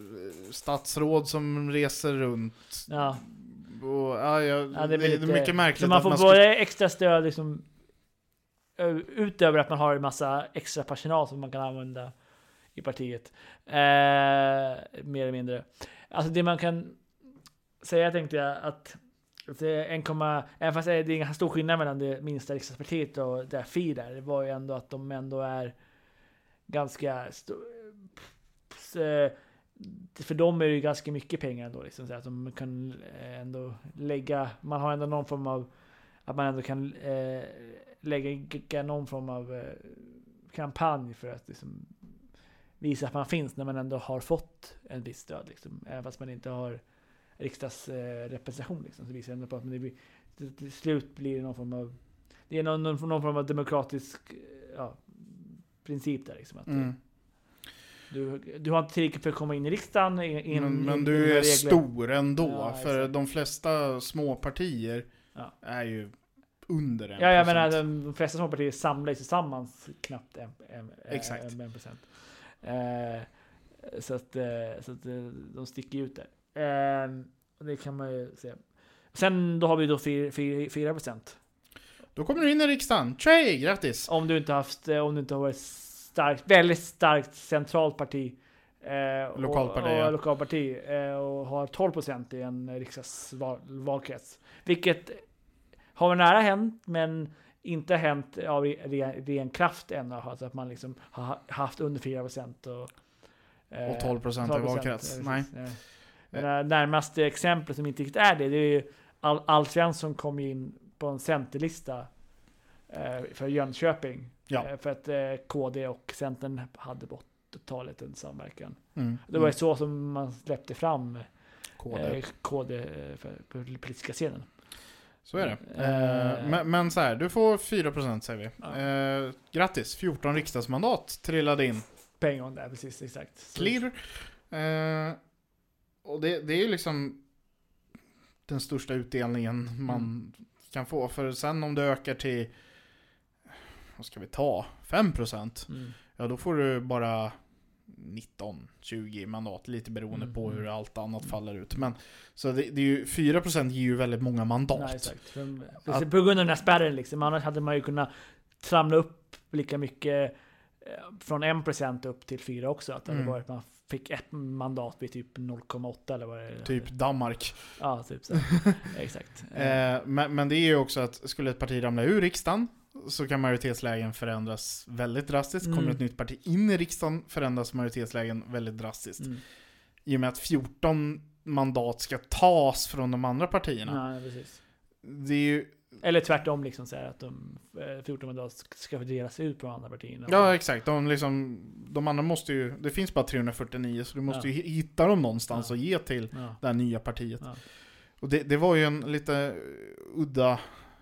statsråd som reser runt. ja. Och, ja, jag, Ja, det, blir det är lite- mycket märkligt Så man att får man både ska, extra stöd liksom, ö- utöver att man har en massa extra personal som man kan använda i partiet. Eh, mer eller mindre. Alltså det man kan säga, tänkte jag, att att det är en komma, även fast det är ingen stor skillnad mellan det minsta riksdagspartiet och det F I där, det var ju ändå att de ändå är ganska stor, för dem är det ju ganska mycket pengar ändå, liksom, så att de kan ändå lägga, man har ändå någon form av, att man ändå kan eh, lägga någon form av eh, kampanj för att liksom, visa att man finns när man ändå har fått en viss stöd liksom. Även fast man inte har riksdagsrepresentation liksom, så visar det ändå på att det blir, till slut blir det någon form av det är någon, någon, någon form av demokratisk ja, princip där liksom, att Mm. du, du har inte tillräckligt för att komma in i riksdagen in, Men, men in, du in är regler. stor ändå, Ja, för exakt. de flesta små partier Ja. är ju under en Ja, jag procent. menar de, de flesta småpartier samlar tillsammans knappt en, en, Exakt. en, en procent. Eh, så att, eh, så att eh, de sticker ut där. Eh, och det kan man ju se. Sen då har vi då fyra procent. Då kommer du in i riksdagen. Tjej, grattis! Om du inte haft, om du inte har varit starkt, väldigt starkt centralt parti. Eh, Lokalparti, och, och, ja. lokalparti eh, och har tolv procent i en riksdagsvalkrets. Vilket har nära hänt, men inte hänt av ren, ren kraft ännu. Alltså att man liksom har haft under fyra procent. Och, eh, Och tolv procent i valkrets. eh, Nej. eh. Men det närmaste exemplet som inte riktigt är det, det är ju Al- Alf Svensson kom in på en centerlista eh, för Jönköping. Ja. Eh, för att eh, K D och Centern hade på åttiotalet en samverkan. Mm. Det var ju så som man släppte fram K D. eh, K D för, för den politiska scenen. Så är det. Eh, Eh, men, men så här, du får fyra procent säger vi. Ja. Eh, grattis, fjorton riksdagsmandat trillade in. Pengar där, precis, exakt. Så- Clear. Eh, och det, det är ju liksom den största utdelningen man Mm. kan få. För sen om det ökar till, vad ska vi ta, fem procent. Mm. Ja, då får du bara nitton tjugo mandat, lite beroende Mm, på mm. hur allt annat Mm. faller ut. Men så det, det är ju, fyra procent ger ju väldigt många mandat. Nej, exakt. För, Att- på grund av den här spärren liksom. Annars hade man ju kunnat samla upp lika mycket eh, från en procent upp till fyra också. Att det hade Mm. varit, man fick ett mandat vid typ noll komma åtta eller vad det är. Typ Danmark. Ja, typ så. Exakt. Eh, men, men det är ju också att skulle ett parti ramla ur riksdagen så kan majoritetslägen förändras väldigt drastiskt. Mm. Kommer ett nytt parti in i riksdagen förändras majoritetslägen väldigt drastiskt. Mm. I och med att fjorton mandat ska tas från de andra partierna. Ja, precis. Det är ju, Eller tvärtom liksom så här att de eh, fjorton mandat ska fördelas ut på de andra partierna. ja, exakt. De, liksom, de andra måste ju, det finns bara trehundrafyrtionio så du måste Ja. ju hitta dem någonstans Ja. och ge till Ja. det här nya partiet. Ja. Och det, det var ju en lite udda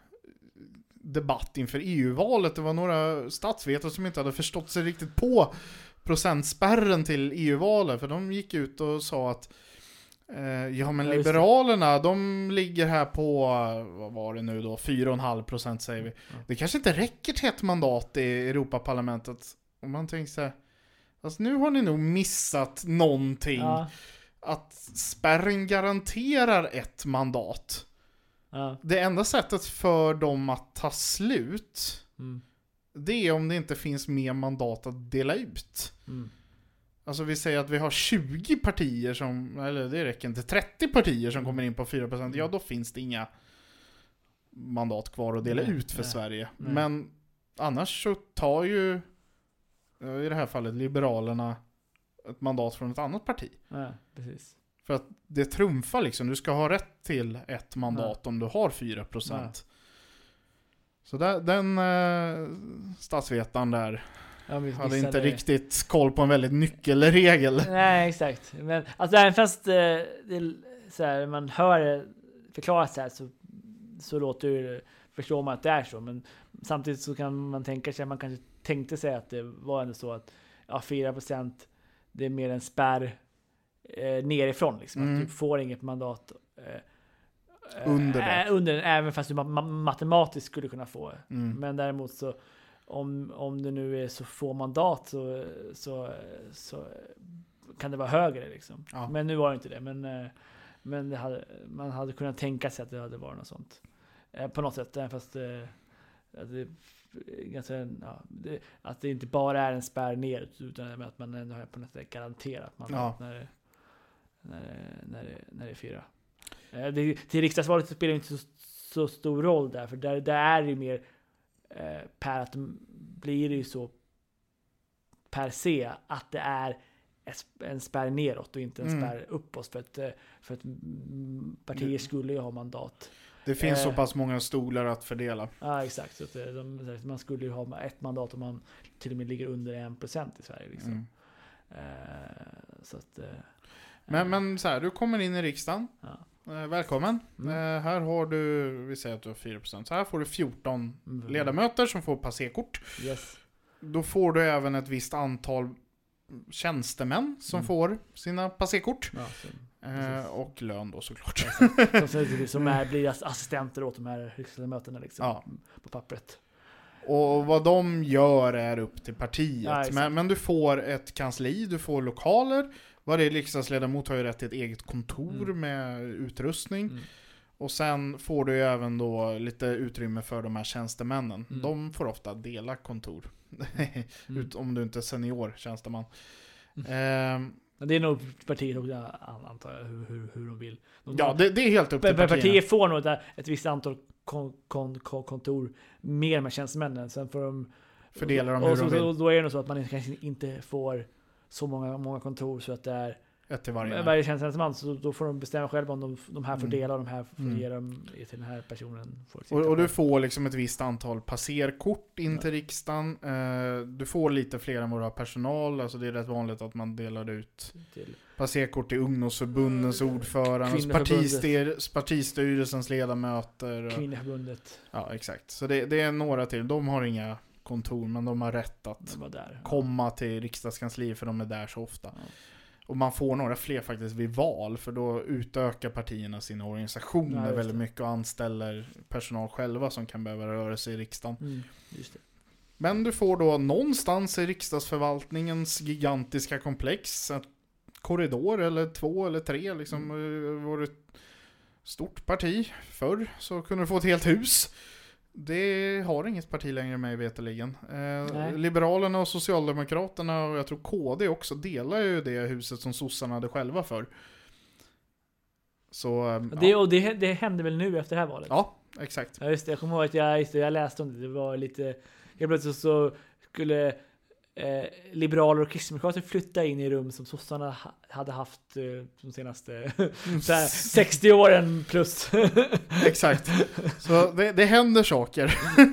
debatt inför E U-valet. Det var några statsvetare som inte hade förstått sig riktigt på procentspärren till E U-valet. För de gick ut och sa att eh, ja men Ja, just det. Liberalerna, de ligger här på, vad var det nu då, fyra komma fem procent säger vi. Ja. Det kanske inte räcker till ett mandat i Europaparlamentet. Om man tänker så här, alltså nu har ni nog missat någonting. Ja. Att spärren garanterar ett mandat. Ja. Det enda sättet för dem att ta slut, Mm. det är om det inte finns mer mandat att dela ut. Mm. Alltså vi säger att vi har tjugo partier som, eller det räcker inte, trettio partier som Mm. kommer in på fyra procent. Ja, då finns det inga mandat kvar att dela Nej, ut för nej, Sverige. nej. Men annars så tar ju, i det här fallet, Liberalerna ett mandat från ett annat parti. Ja, precis. För att det trumfar liksom. Du ska ha rätt till ett mandat om du har fyra procent. Så där, den eh, statsvetaren där Ja, vi hade missade- inte riktigt koll på en väldigt nyckelregel. Nej, exakt. Men alltså även fast eh, det, är så här, man hör det förklarat så här så, så låter det, förstår man att det är så. Men samtidigt så kan man tänka sig, man kanske tänkte sig att det var ändå så att ja, fyra procent det är mer en spärr eh, nerifrån liksom. Mm. Att du får inget mandat eh, Under det. eh, under, även fast du ma- ma- matematiskt skulle kunna få. Mm. Men däremot så om, om det nu är så få mandat så, så, så kan det vara högre liksom. Ja. Men nu var det inte det. Men, eh, men det hade, man hade kunnat tänka sig att det hade varit något sånt. Eh, På något sätt. Även fast eh, att det, ganska, ja, det, att det inte bara är en spärr ner utan att man ändå har på något sätt garanterat mandat Ja. när, det, när, det, när, det, när det är fyra. Eh, Det, till riksdagsvalet spelar det inte så, så stor roll där. För där, där är det ju mer eh, per att de blir det ju så per se att det är en spärr neråt och inte en Mm. spärr uppåt. För att, eh, för att mm, partier Mm. skulle ju ha mandat. Det finns Eh. så pass många stolar att fördela. Ja, exakt. Så att eh, de, man skulle ju ha ett mandat om man till och med ligger under en procent i Sverige. Liksom. Mm. så att, eh, Men, men så här, du kommer in i riksdagen. ja. Eh, välkommen. Mm. Eh, här har du, vi säger att du har fyra procent. Så här får du fjorton Mm. ledamöter som får passerkort. Yes. Då får du även ett visst antal tjänstemän som Mm. får sina passerkort. Ja, så, Eh, och lön då såklart. som, som, som är, blir assistenter åt de här riksdagsmötena liksom, Ja. på pappret. Och vad de gör är upp till partiet. Ja, exakt. men, men du får ett kansli, du får lokaler. Varje riksdagsledamot har ju rätt till ett eget kontor Mm. med utrustning. Mm. Och sen får du ju även då lite utrymme för de här tjänstemännen. Mm. De får ofta dela kontor. Mm. Ut, om du inte är senior tjänsteman. Mm. Ehm, Men det är nog partiet också, antar jag, hur, hur, hur de vill. De, ja, det, det är helt upp till partierna. partiet får nog ett, ett visst antal kon, kon, kon, kontor mer med tjänstemännen. Sen får de Fördelar de och, hur så, de vill. och då är det nog så att man kanske inte får så många, många kontor så att det är Ett till varje. varje tjänsteman, så då får de bestämma själva om de, de här får Mm. dela och de här får Mm. ge dem till den här personen. Får sitta Och, och du på. får liksom ett visst antal passerkort in Ja. till riksdagen. Eh, du får lite fler än vad du har personal. Alltså det är rätt vanligt att man delar ut Till, passerkort till ungdomsförbundens ordförande, Kvinnoförbundet. partistyr, partistyrelsens ledamöter. Och, Kvinnoförbundet. ja, exakt. Så det, det är några till. De har inga kontor, men de har rätt att De var där. komma till riksdagskansliet för de är där så ofta. Ja. Och man får några fler faktiskt vid val, för då utökar partierna sina organisationer Ja, just väldigt det. mycket och anställer personal själva som kan behöva röra sig i riksdagen. Mm, just det. Men du får då någonstans i riksdagsförvaltningens gigantiska komplex en korridor eller två eller tre liksom. Mm. Var det ett stort parti förr så kunde du få ett helt hus. Det har inget parti längre med veterligen. Eh, Liberalerna och Socialdemokraterna och jag tror K D också delar ju det huset som sossarna hade själva för. Så, eh, Det, ja. och det, det hände väl nu efter det här valet? ja, exakt. Ja, just det. Jag kommer ihåg att jag, just det, jag läste om det. Det var lite... Helt plötsligt så skulle eh, liberaler och kristdemokrater flytta in i rum som sossarna ha, hade haft eh, de senaste så här, sextio åren plus. Exakt. Så det, det händer saker.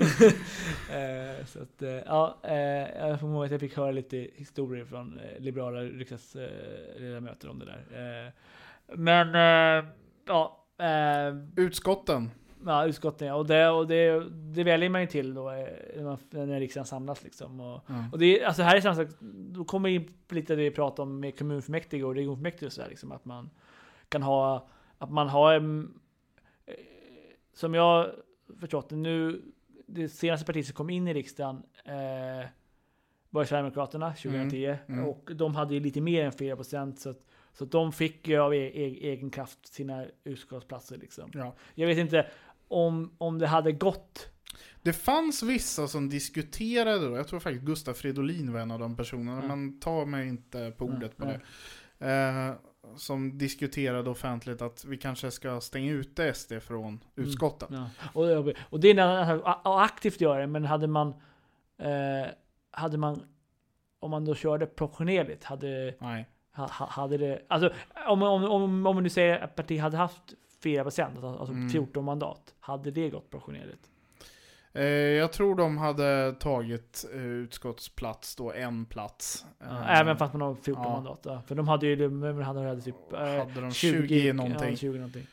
eh, så att, eh, ja, eh, jag kommer ihåg att jag fick höra lite historier från eh, liberala riksdagsledamöter om det där. Eh, men, eh, ja... Eh, Utskotten. Ja, utskotten, ja. Och, det, och det, det väljer man ju till då eh, när, man, när riksdagen samlas liksom. Och, Mm. och det, alltså här är samma sak, då kommer in på lite det vi pratar om med kommunfullmäktige och regionfullmäktige och så här, liksom, att man kan ha, att man har en, eh, som jag förstått det nu, det senaste partiet som kom in i riksdagen eh, var Sverigedemokraterna tjugohundratio Mm. Mm. och de hade ju lite mer än fyra procent så att, så att de fick ju av e- e- egen kraft sina utskottsplatser liksom. Ja. Jag vet inte om, om det hade gått. Det fanns vissa som diskuterade då, jag tror faktiskt Gustaf Fridolin var en av de personerna, Mm. men ta mig inte på ordet på Mm. det. Eh, som diskuterade offentligt att vi kanske ska stänga ute S D från utskotten. Ja. Och, och det är när man aktivt gör det, men hade man eh, hade man om man då körde proportionerligt hade Nej. ha, hade det alltså om om om om du säger att partiet hade haft fyra procent, alltså Mm. fjorton mandat, hade det gått proportionerligt? Eh, jag tror de hade tagit eh, utskottsplats då, en plats. Ja, Eh, även fast man har fjorton ja. mandat. Ja. För de hade ju de hade, hade typ eh, hade de tjugo någonting. Ja, tjugo någonting.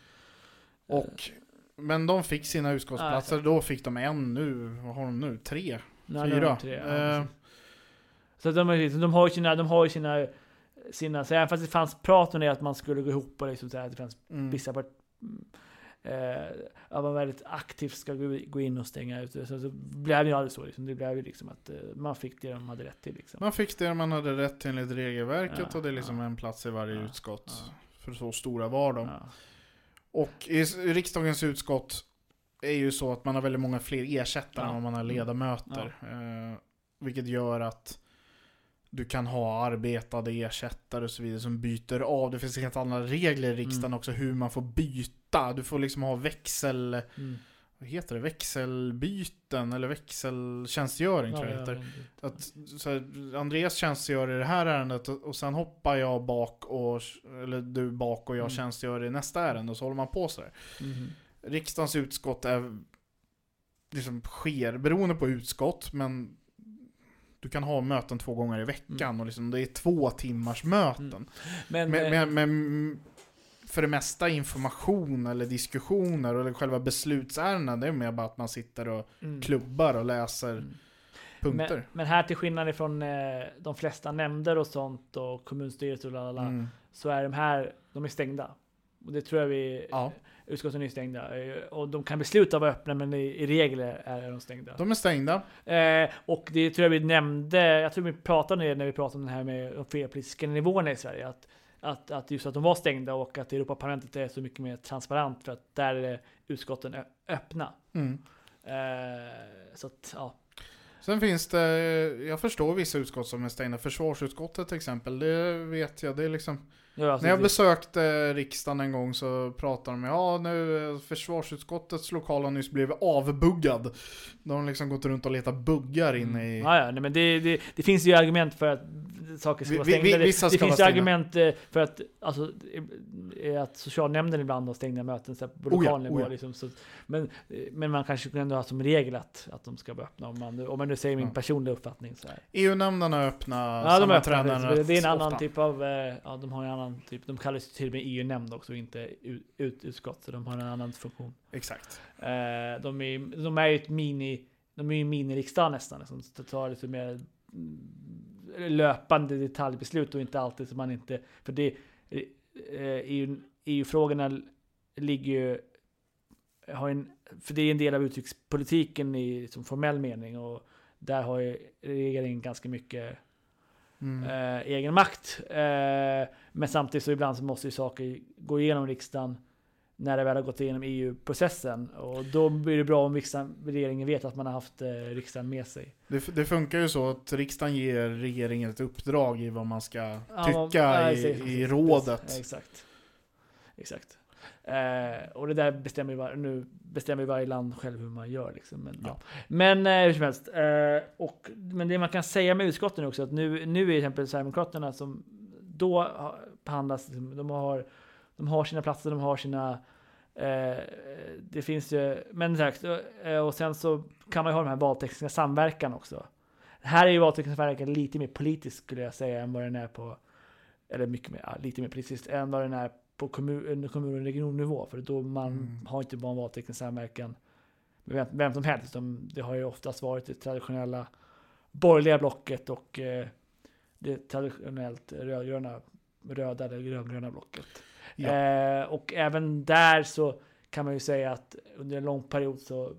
Och, men de fick sina utskottsplatser, Ja, då fick de en nu, vad har de nu? Tre? Nej, Fyra. de har tre, ja, Eh. precis. Så de, är- de har ju sina, de har ju sina, sina så även fast det fanns prat om det att man skulle gå ihop och liksom så här, att det fanns Mm. vissa part, eh, att man väldigt aktivt ska gå, gå in och stänga ut. Så, så blev det ju aldrig så. Liksom. Det blev ju liksom att eh, man fick det de hade rätt till. Liksom. Man fick det man hade rätt till enligt regelverket Ja, och det är liksom ja. en plats i varje Ja, utskott. ja. För så stora var de. Ja. Och i s- i riksdagens utskott är ju så att man har väldigt många fler ersättare Ja. än vad man har ledamöter. Eh, vilket gör att du kan ha arbetade ersättare och så vidare som byter av. Det finns helt andra regler i riksdagen Mm. också hur man får byta. Du får liksom ha växel... Mm. Vad heter det? Växelbyten eller växeltjänstgöring tror jag Ja, heter. ja, ja. Att, så här, Andreas tjänstgör i det här ärendet och, och sen hoppar jag bak och, eller du bak och jag Mm. tjänstgör i nästa ärende och så håller man på så där. Mhm. Riksdagens utskott är liksom sker beroende på utskott, men du kan ha möten två gånger i veckan mm. och liksom det är två timmars möten. Mm. Men, men, men, men för det mesta information eller diskussioner eller själva beslutsärendena, det är mer bara att man sitter och mm. klubbar och läser mm. punkter. Men, men här till skillnad från eh, de flesta nämnder och sånt och kommunstyrelser och lalala, mm. så är de här, de är stängda. Och det tror jag vi, ja. utskotten är stängda. Och de kan besluta att vara öppna, men i, i regel är de stängda. De är stängda. Eh, och det tror jag vi nämnde, jag tror vi pratade om det när vi pratade om det här med de flerpolitiska nivåerna i Sverige, att, att, att just att de var stängda och att Europaparlamentet är så mycket mer transparent för att där är utskotten öppna. Mm. Eh, så att, ja. Sen finns det, jag förstår vissa utskott som är stängda. Försvarsutskottet till exempel, det vet jag, det är liksom... Ja, alltså när jag det... besökte riksdagen en gång så pratade de med, ja nu försvarsutskottets lokal har nyss blivit avbuggad. De har liksom gått runt och letat buggar inne i... Ja, ja nej, men det, det, det finns ju argument för att saker ska vara stängda. Vi, vi, det det finns ju argument för att, alltså, att socialnämnden ibland har stängda möten så på lokal oh ja, nivå. Oh ja. Liksom, så, men, men man kanske kan ändå ha som regel att, att de ska vara öppna. Om man, om man nu säger min ja. personliga uppfattning. Så här. E U-nämnderna är öppna. Ja, de är öppna. Det, det är en annan ofta. typ av... Ja, de har en annan typ. De kallas till och med E U-nämnd också, inte ut, ut, utskott. Så de har en annan funktion. Exakt. Eh, de, är, de är ju ett mini... De är ju mini-riksdag nästan. Som tar lite mer löpande detaljbeslut och inte alltid som man inte... För det... E U-frågorna ligger ju... Har en, för det är en del av utrikespolitiken i som formell mening. Och där har ju regeringen ganska mycket... Mm. Eh, egen makt. Eh, men samtidigt så ibland så måste ju saker gå igenom riksdagen när det väl har gått igenom E U-processen. Och då blir det bra om riksdagen, regeringen vet att man har haft eh, riksdagen med sig. Det, det funkar ju så att riksdagen ger regeringen ett uppdrag i vad man ska tycka ja, i, i rådet. Ja, exakt. Exakt. Eh, och det där bestämmer ju var, nu bestämmer ju varje land själv hur man gör liksom. Men, ja. Ja. men eh, hur som helst eh, och, men det man kan säga med utskotten också att nu, nu är till exempel Sverigedemokraterna som då behandlas, de har, de har sina platser, de har sina eh, det finns ju, men sagt, och sen så kan man ju ha de här valtekniska samverkan också. Här är ju valtekniska samverkan lite mer politisk skulle jag säga än vad den är på, eller mycket mer, ja, lite mer politiskt än vad den är på kommun, kommun- och regionnivå, för då man mm. har inte bara en valteknisk samverkan med vem, vem som helst. De, det har ju oftast varit det traditionella borgerliga blocket och eh, det traditionellt rödgröna, röda eller gröngröna blocket. Ja. Eh, och även där så kan man ju säga att under en lång period så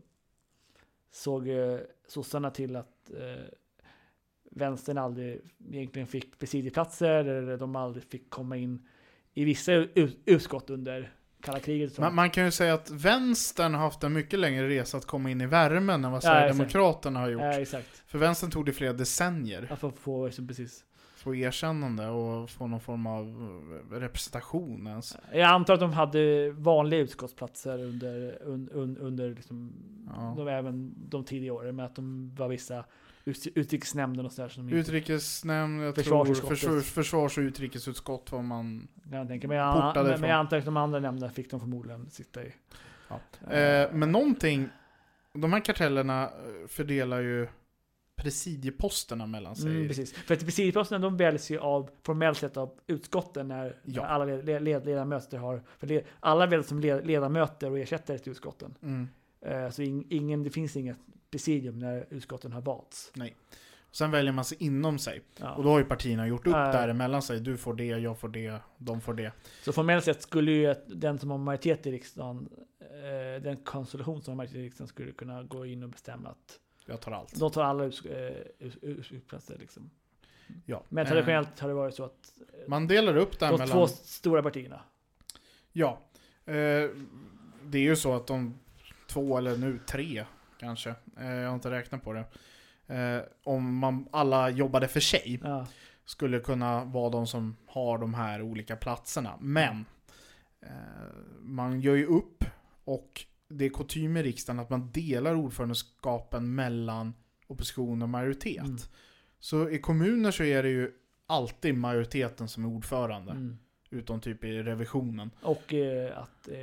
såg eh, sossarna till att eh, vänstern aldrig egentligen fick presidieplatser eller de aldrig fick komma in i vissa utskott under kalla kriget. Man, man kan ju säga att vänstern har haft en mycket längre resa att komma in i värmen än vad Sverigedemokraterna ja, har gjort. Ja, exakt. För vänstern tog det flera decennier. Ja, för att få, liksom, precis. få erkännande och få någon form av representation ens. Jag antar att de hade vanliga utskottsplatser under, un, under liksom, ja. de, även de tidiga åren, med att de var vissa utrikesnämnden och så där som utrikesnämnd, jag tror försvars, försvars- och utrikesutskott var man jag tänker, men jag, men, men jag antar att de andra nämnderna fick de förmodligen sitta i. Ja. Eh, men någonting, de här kartellerna fördelar ju presidieposterna mellan sig. Mm, precis. För att presidieposterna de väljs ju av formellt sett av utskotten när ja. alla led, led, ledamöter har, för led, alla väljs som led, ledamöter och ersättare till utskotten. Mm. Eh, så in, ingen, det finns inget presidium när utskotten har valts. Nej. Sen väljer man sig inom sig. Ja. Och då har ju partierna gjort upp äh, däremellan sig. Du får det, jag får det, de får det. Så formellt sett skulle ju den som har majoritet i riksdagen, eh, den konstellation som har majoritet i riksdagen skulle kunna gå in och bestämma att jag tar allt. De tar alla utplatser liksom. Ja. Men traditionellt eh, har det varit så att man delar upp det de mellan två stora partierna. Ja. Eh, det är ju så att de två eller nu tre kanske. Eh, jag har inte räknat på det. Eh, om man alla jobbade för sig ja. skulle kunna vara de som har de här olika platserna. Men eh, man gör ju upp och det är kutym i riksdagen att man delar ordförandeskapen mellan opposition och majoritet. Mm. Så i kommuner så är det ju alltid majoriteten som är ordförande. Mm. Utom typ i revisionen. Och eh, att eh,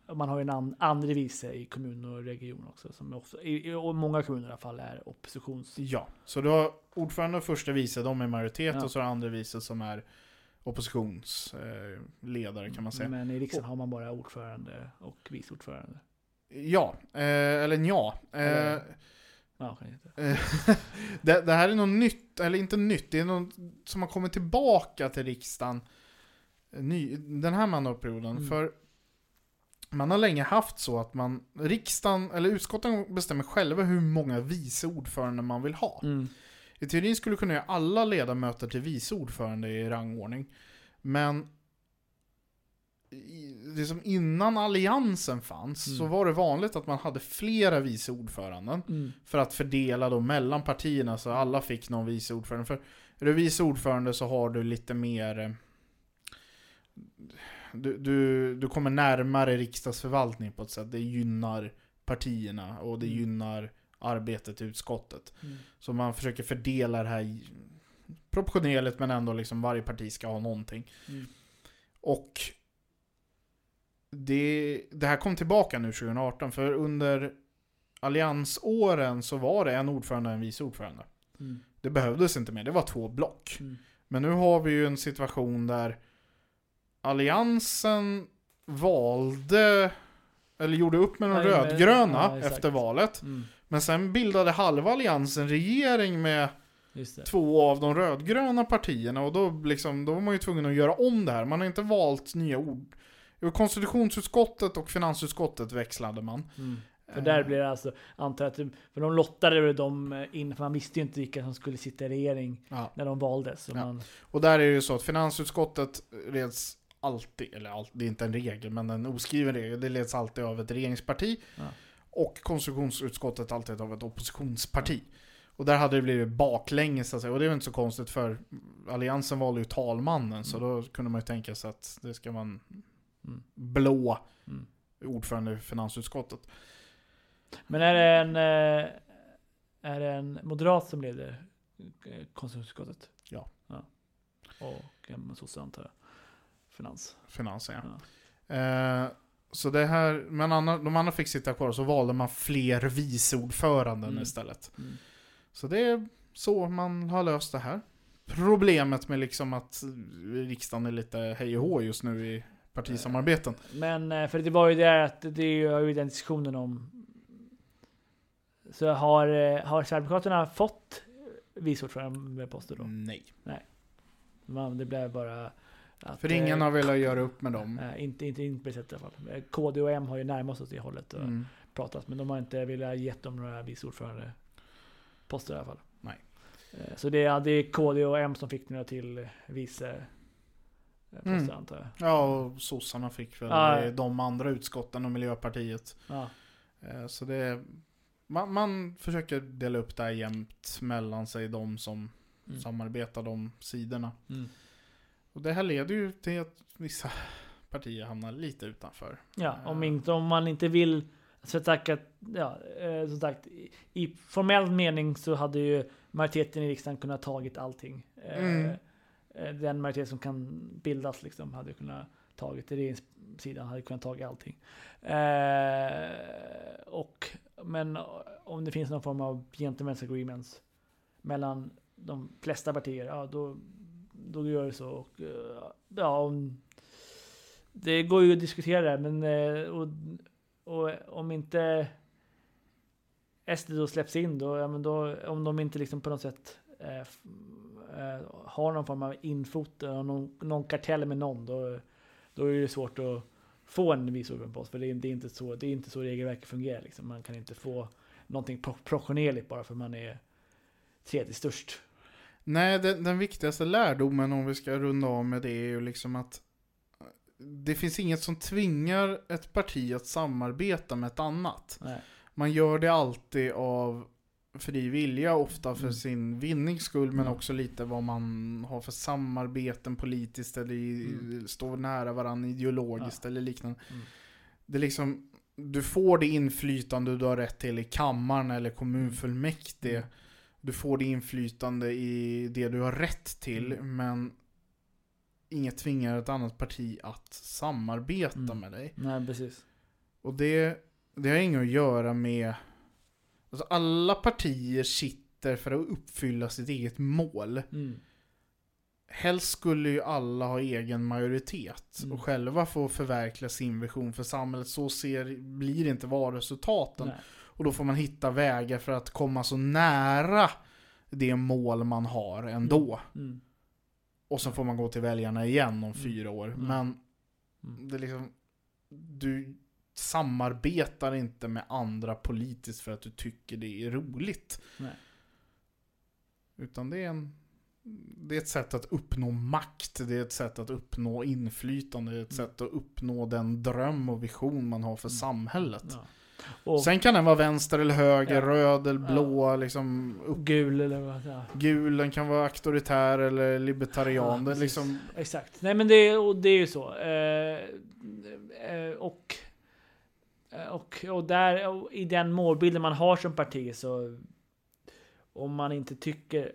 man har ju en and, andra vice i kommun och region också, som också, i, och många kommuner i alla fall är oppositions... Ja, så du har ordförande och första vice, de är majoritet, Ja. och så har andra vice som är oppositionsledare, kan man säga. Men i riksdagen har man bara ordförande och vice ordförande. Ja, eh, eller ja. Eh, Eller- Ja, kan jag inte. eh, det, det här är något nytt, eller inte nytt, det är något som har kommit tillbaka till riksdagen ny, den här mandatperioden. Mm. För man har länge haft så att man, riksdagen, eller utskotten bestämmer själva hur många vice ordförande man vill ha. Mm. I teorin skulle kunna göra alla ledamöter till vice ordförande i rangordning. Men i- det som innan alliansen fanns, Mm. så var det vanligt att man hade flera vice ordföranden Mm. för att fördela då mellan partierna, så alla fick någon vice ordförande. För är du vice ordförande så har du lite mer eh, du, du, du kommer närmare riksdagsförvaltning på ett sätt. Det gynnar partierna och det Mm. gynnar arbetet i utskottet. Mm. Så man försöker fördela det här i- proportionerligt, men ändå liksom varje parti ska ha någonting. Mm. Och det, det här kom tillbaka nu tjugo arton, för under alliansåren så var det en ordförande och en vice ordförande. Mm. Det behövdes inte mer, det var två block. Mm. Men nu har vi ju en situation där alliansen valde, eller gjorde upp med de Ja, men- rödgröna ja, exakt. efter valet. Mm. Men sen bildade halva alliansen regering med Just det. två av de rödgröna partierna, och då, liksom, då var man ju tvungen att göra om det här. Man har inte valt nya ord. Jo, konstitutionsutskottet och finansutskottet växlade man. Mm. För där blir det alltså, antar att, för de lottade de in, för man visste ju inte vilka som skulle sitta i regering Ja. när de valdes. Så Ja. man, Och där är det ju så att finansutskottet leds alltid, eller all, det är inte en regel, men en oskriven regel, det leds alltid av ett regeringsparti. Ja. Och konstitutionsutskottet alltid av ett oppositionsparti. Och där hade det blivit baklänges, så att säga. Och det är ju inte så konstigt, för alliansen valde ju talmannen, så då kunde man ju tänka sig att det ska vara en mm. blå Mm. ordförande i finansutskottet. Men är det en eh, är det en moderat som leder eh, konstitutionsutskottet? Ja. ja. Och en sosse, antar jag. Finans. Finansen, ja. Ja. Eh, så det här, men andra, de andra fick sitta kvar, så valde man fler vice ordföranden Mm. istället. Mm. Så det är så man har löst det här. Problemet med liksom att riksdagen är lite hej och hå just nu i partisamarbeten. Men eh, för det var ju det att det är ju den diskussionen om, så har, eh, har Sverigedemokraterna fått vice ordförande poster då? Nej. Man, det blev bara att, För ingen eh, har velat göra upp med dem. Nej, inte, inte, inte på det sättet i alla fall. Eh, K D och M har ju närmast åt det hållet och Mm. pratat, men de har inte velat ge dem några vice ordförande poster i alla fall. Nej. Eh, Så det är, det är K D och M som fick några till vice eh, poster, Mm. antar jag. Ja, och sossarna fick väl Ja. de andra utskotten och Miljöpartiet. Ja. Eh, Så det är, man, man försöker dela upp det här jämnt mellan sig, de som Mm. samarbetar de sidorna. Mm. Och det här leder ju till att vissa partier hamnar lite utanför. Ja, om, Eh. inte, om man inte vill, så sagt, att, ja, eh, som sagt, i, i formell mening så hade ju majoriteten i riksdagen kunnat tagit allting. Eh, Mm. eh, Den majoritet som kan bildas liksom hade kunnat tagit, regeringssidan hade kunnat tagit allting. Eh, och, men om det finns någon form av gentlemen's agreements mellan de flesta partier, ja då, då gör det så. Och, eh, ja, om, det går ju att diskutera det, men eh, och, och om inte S D då släpps in då, ja, men då, om de inte liksom på något sätt eh, f- eh, har någon form av infot och någon, någon kartell med någon, då, då är det svårt att få en vice ordförandepost, för det är, det är inte så det är inte så regelverket fungerar liksom. Man kan inte få någonting pro- proportionerligt bara för man är tredje störst. Nej, den, den viktigaste lärdomen, om vi ska runda av med det, är ju liksom att det finns inget som tvingar ett parti att samarbeta med ett annat. Nej. Man gör det alltid av fri vilja, ofta för Mm. sin vinnings skull, men Mm. också lite vad man har för samarbeten politiskt, eller i, Mm. står nära varandra ideologiskt Ja. eller liknande. Mm. Det är liksom, du får det inflytande du har rätt till i kammaren eller kommunfullmäktige. Mm. Du får det inflytande i det du har rätt till, Mm. men inget tvingar ett annat parti att samarbeta Mm. med dig. Nej, precis. Och det, det har inget att göra med... Alltså alla partier sitter för att uppfylla sitt eget mål. Mm. Helst skulle ju alla ha egen majoritet Mm. och själva få förverkliga sin vision för samhället. Så ser, blir inte valresultaten. Nej. Och då får man hitta vägar för att komma så nära det mål man har ändå. Mm. Och så får man gå till väljarna igen om Mm. fyra år. Mm. Men Mm. det är liksom... Du samarbetar inte med andra politiskt för att du tycker det är roligt. Nej. Utan det är en... Det är ett sätt att uppnå makt. Det är ett sätt att uppnå inflytande. Det är ett Mm. sätt att uppnå den dröm och vision man har för Mm. samhället. Ja. Och Sen kan den vara vänster eller höger, Ja. röd eller blå, liksom upp, gul eller vad, ja. gul. Den kan vara auktoritär eller libertarian. Ja, det är precis. liksom, Exakt. Nej men det, och det är ju så. Eh, eh, och, och, och där, och i den målbilden man har som parti, så om man inte tycker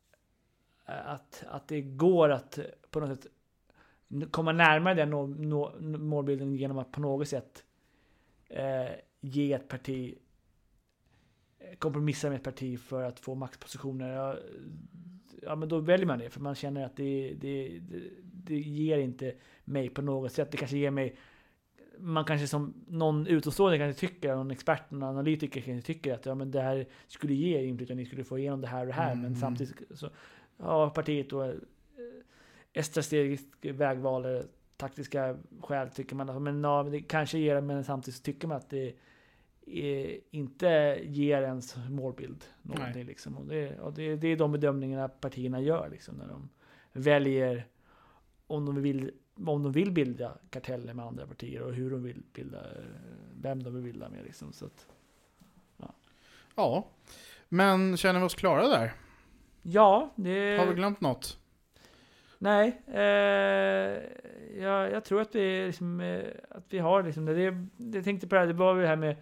att, att det går att på något sätt komma närmare den nå, nå, målbilden genom att på något sätt eh, ge ett parti kompromissa med ett parti för att få maktpositioner, ja, ja men då väljer man det, för man känner att det, det, det, det ger inte mig på något sätt. Det kanske ger mig, man kanske som någon utomstående kanske tycker, någon expert, någon analytiker kanske tycker att ja, men det här skulle ge inflytande, ni skulle få igenom det här och det här, Mm. men samtidigt så ja, partiet då ett strategiskt vägval eller taktiska skäl tycker man, men ja, det kanske ger det, men samtidigt så tycker man att det är, inte ger ens målbild någonting liksom. Och det, och det, det är de bedömningarna partierna gör liksom, när de väljer om de vill om de vill bilda karteller med andra partier och hur de vill bilda, vem de vill bilda med liksom, så att, ja. ja. Men känner vi oss klara där? Ja, det... Har vi glömt något? Nej, eh, jag, jag tror att vi, liksom, eh, att vi har liksom, det, det, jag tänkte på det här, det var det här med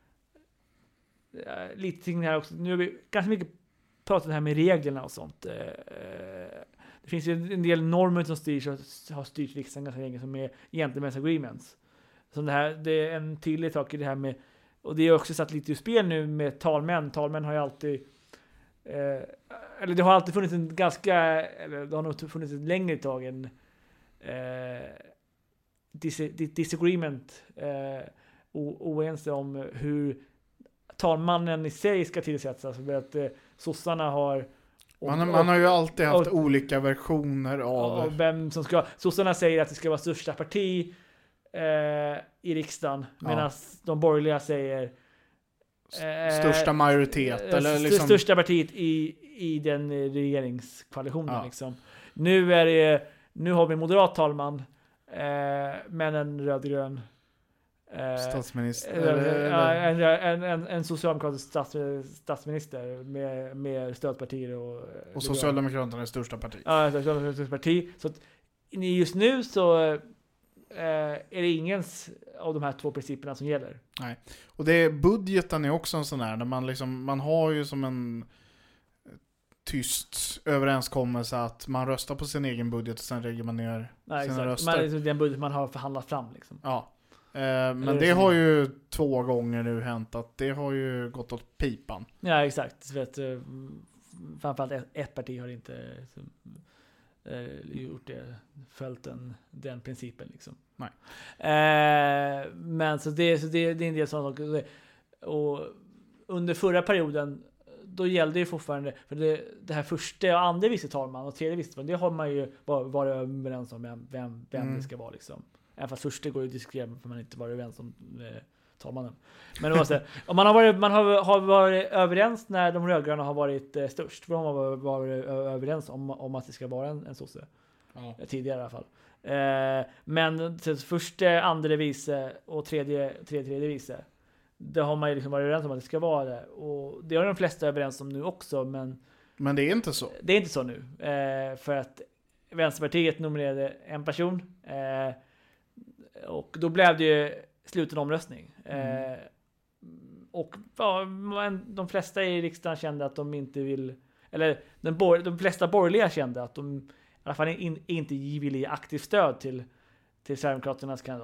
eh, lite ting här också. Nu har vi ganska mycket pratat det här med reglerna och sånt. Eh, det finns ju en del normer som styrs och har styrt riksdagen ganska länge, som är gentlemen's agreements. Så det här, det är en tydlig sak i det här med, och det är också satt lite i spel nu med talmän. Talmän har ju alltid Eh, eller det har alltid funnits en ganska, eller det har nog funnits ett längre tag en eh, dis- disagreement, eh, o- oense om hur talmannen i sig ska tillsättas, för att eh, sossarna har och, Man, man har ju alltid haft och, olika versioner av... och vem som ska, sossarna säger att det ska vara största parti eh, i riksdagen, medan Ja. de borgerliga säger Största majoritet. Eh, eller liksom... Största partiet i, i den regeringskoalitionen. Ja. Liksom. Nu är det, nu har vi en moderat talman, eh, men en rödgrön eh, Statsminister. eh, eller, ja, eller... en, en, en, en socialdemokratisk stats, statsminister med, med stödpartier och, Och Socialdemokraterna är största parti. ja, socialdemokratiskt parti. Så att just nu så eh, är det ingens av de här två principerna som gäller. Nej. Och det är, budgeten är också en sån här, där man liksom, man har ju som en tyst överenskommelse att man röstar på sin egen budget och sen lägger man ner Nej, sina exakt. röster. Man, det är den budget man har förhandlat fram liksom. Ja. Eh, men Eller det som- har ju två gånger nu hänt att det har ju gått åt pipan. Ja, exakt. Så att, eh, framförallt ett, ett parti har inte så, eh, gjort det, följt den, den principen liksom. Nej. Eh, men så det, så det, det är en del sådana saker. Och under förra perioden, då gällde det fortfarande, för det, det här första och andra vice talman och tredje vice talman, det har man ju varit överens om vem, vem, vem Mm. det ska vara liksom. Även fast första går ju att diskutera för man inte varit överens om eh, talmannen. Men det var så, om man har varit, man har, har varit överens när de rödgröna har varit eh, störst, för de har varit, varit överens om, om att det ska vara en, en sosse. Ja. Tidigare i alla fall. Eh, men så, första, andra vice och tredje, tredje, tredje vice, det har man ju liksom varit överens om att det ska vara det. Och det har de flesta överens om nu också, men Men det är inte så. det är inte så nu. Eh, för att Vänsterpartiet nominerade en person. Eh, och då blev det ju sluten omröstning. Mm. Eh, och ja, man, de flesta i riksdagen kände att de inte vill, eller den bor, de flesta borgerliga kände att de i alla fall in, inte ville ge aktivt stöd till, till Sverigedemokraternas kandidat.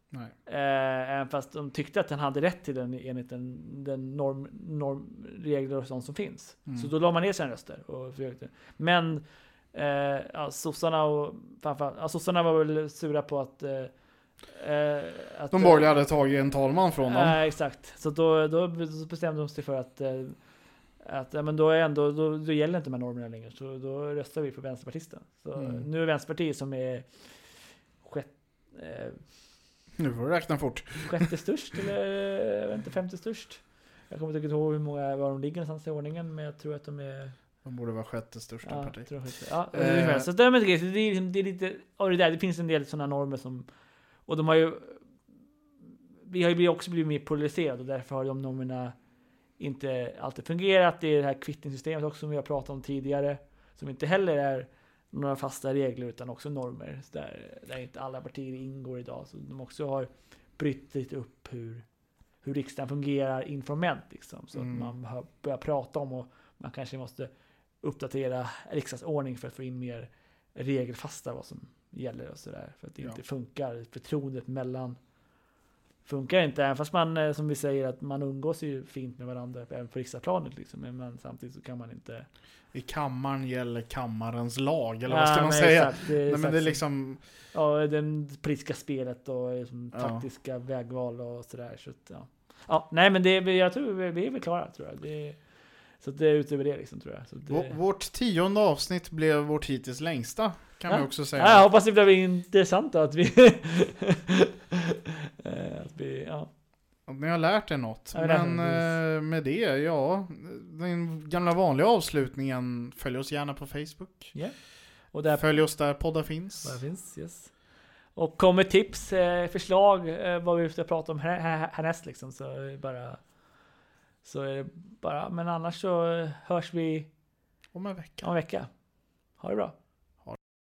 Nej. Eh, även fast de tyckte att den hade rätt till den enligt den, den norm, normregler och sånt som finns. Mm. Så då la man ner sina röster. Och försökte. Men eh, ja, sossarna och framförallt, ja, sossarna var väl sura på att eh, att, de borgerliga hade tagit en talman från dem. Äh, exakt. Så då, då bestämde de sig för att, att ja, men då, är ändå, då, då gäller inte de här normerna längre. Så då röstar vi på vänsterpartisten. Så mm. nu är Vänsterpartiet som är sjätte, eh, nu får du räkna fort. Sjätte störst eller jag vet inte, femte störst. Jag kommer inte ihåg hur många var de ligger någonstans i ordningen, men jag tror att de är... De borde vara sjätte största ja, parti. Tror jag. Ja, och det är eh. så det är, det är, det är lite... Och det, där, det finns en del sådana normer som... Och de har ju... Vi har ju också blivit mer polariserade och därför har de normerna inte alltid fungerat. Det är det här kvittningssystemet också som vi har pratat om tidigare. Som inte heller är några fasta regler utan också normer. Där, där inte alla partier ingår idag. Så de också har brytt lite upp hur, hur riksdagen fungerar informellt. Liksom, så mm. att man börjar prata om och man kanske måste uppdatera riksdagsordning för att få in mer regelfasta vad som gäller och sådär. För att det ja. inte funkar. Förtroendet mellan funkar inte. Även fast man, som vi säger, att man umgås ju fint med varandra även på riksdagsplanet. Liksom. Men samtidigt så kan man inte... I kammaren gäller kammarens lag, eller ja, vad ska man men säga? Exakt, det är, Nej, exakt men det är liksom... Ja, det politiska spelet och liksom, ja. taktiska vägval och sådär. Så att, ja. Ja, nej, men det, jag tror vi, vi är väl klara, tror jag. Det, så det är utöver det, liksom, tror jag. Så det... Vårt tionde avsnitt blev vårt hittills längsta, kan ja. vi också säga. Ja, jag hoppas det blev intressant då, att vi... att vi, ja. Att ni har lärt er något. Ja, men äh, med det, ja, den gamla vanliga avslutningen, följ oss gärna på Facebook. Yeah. Och där, följ oss där poddar finns. Där finns, yes. Och kommer tips, förslag, vad vi ska prata om här, härnäst liksom, så är det bara... Så är det bara, men annars så hörs vi om en vecka. Om en vecka. Ha det bra.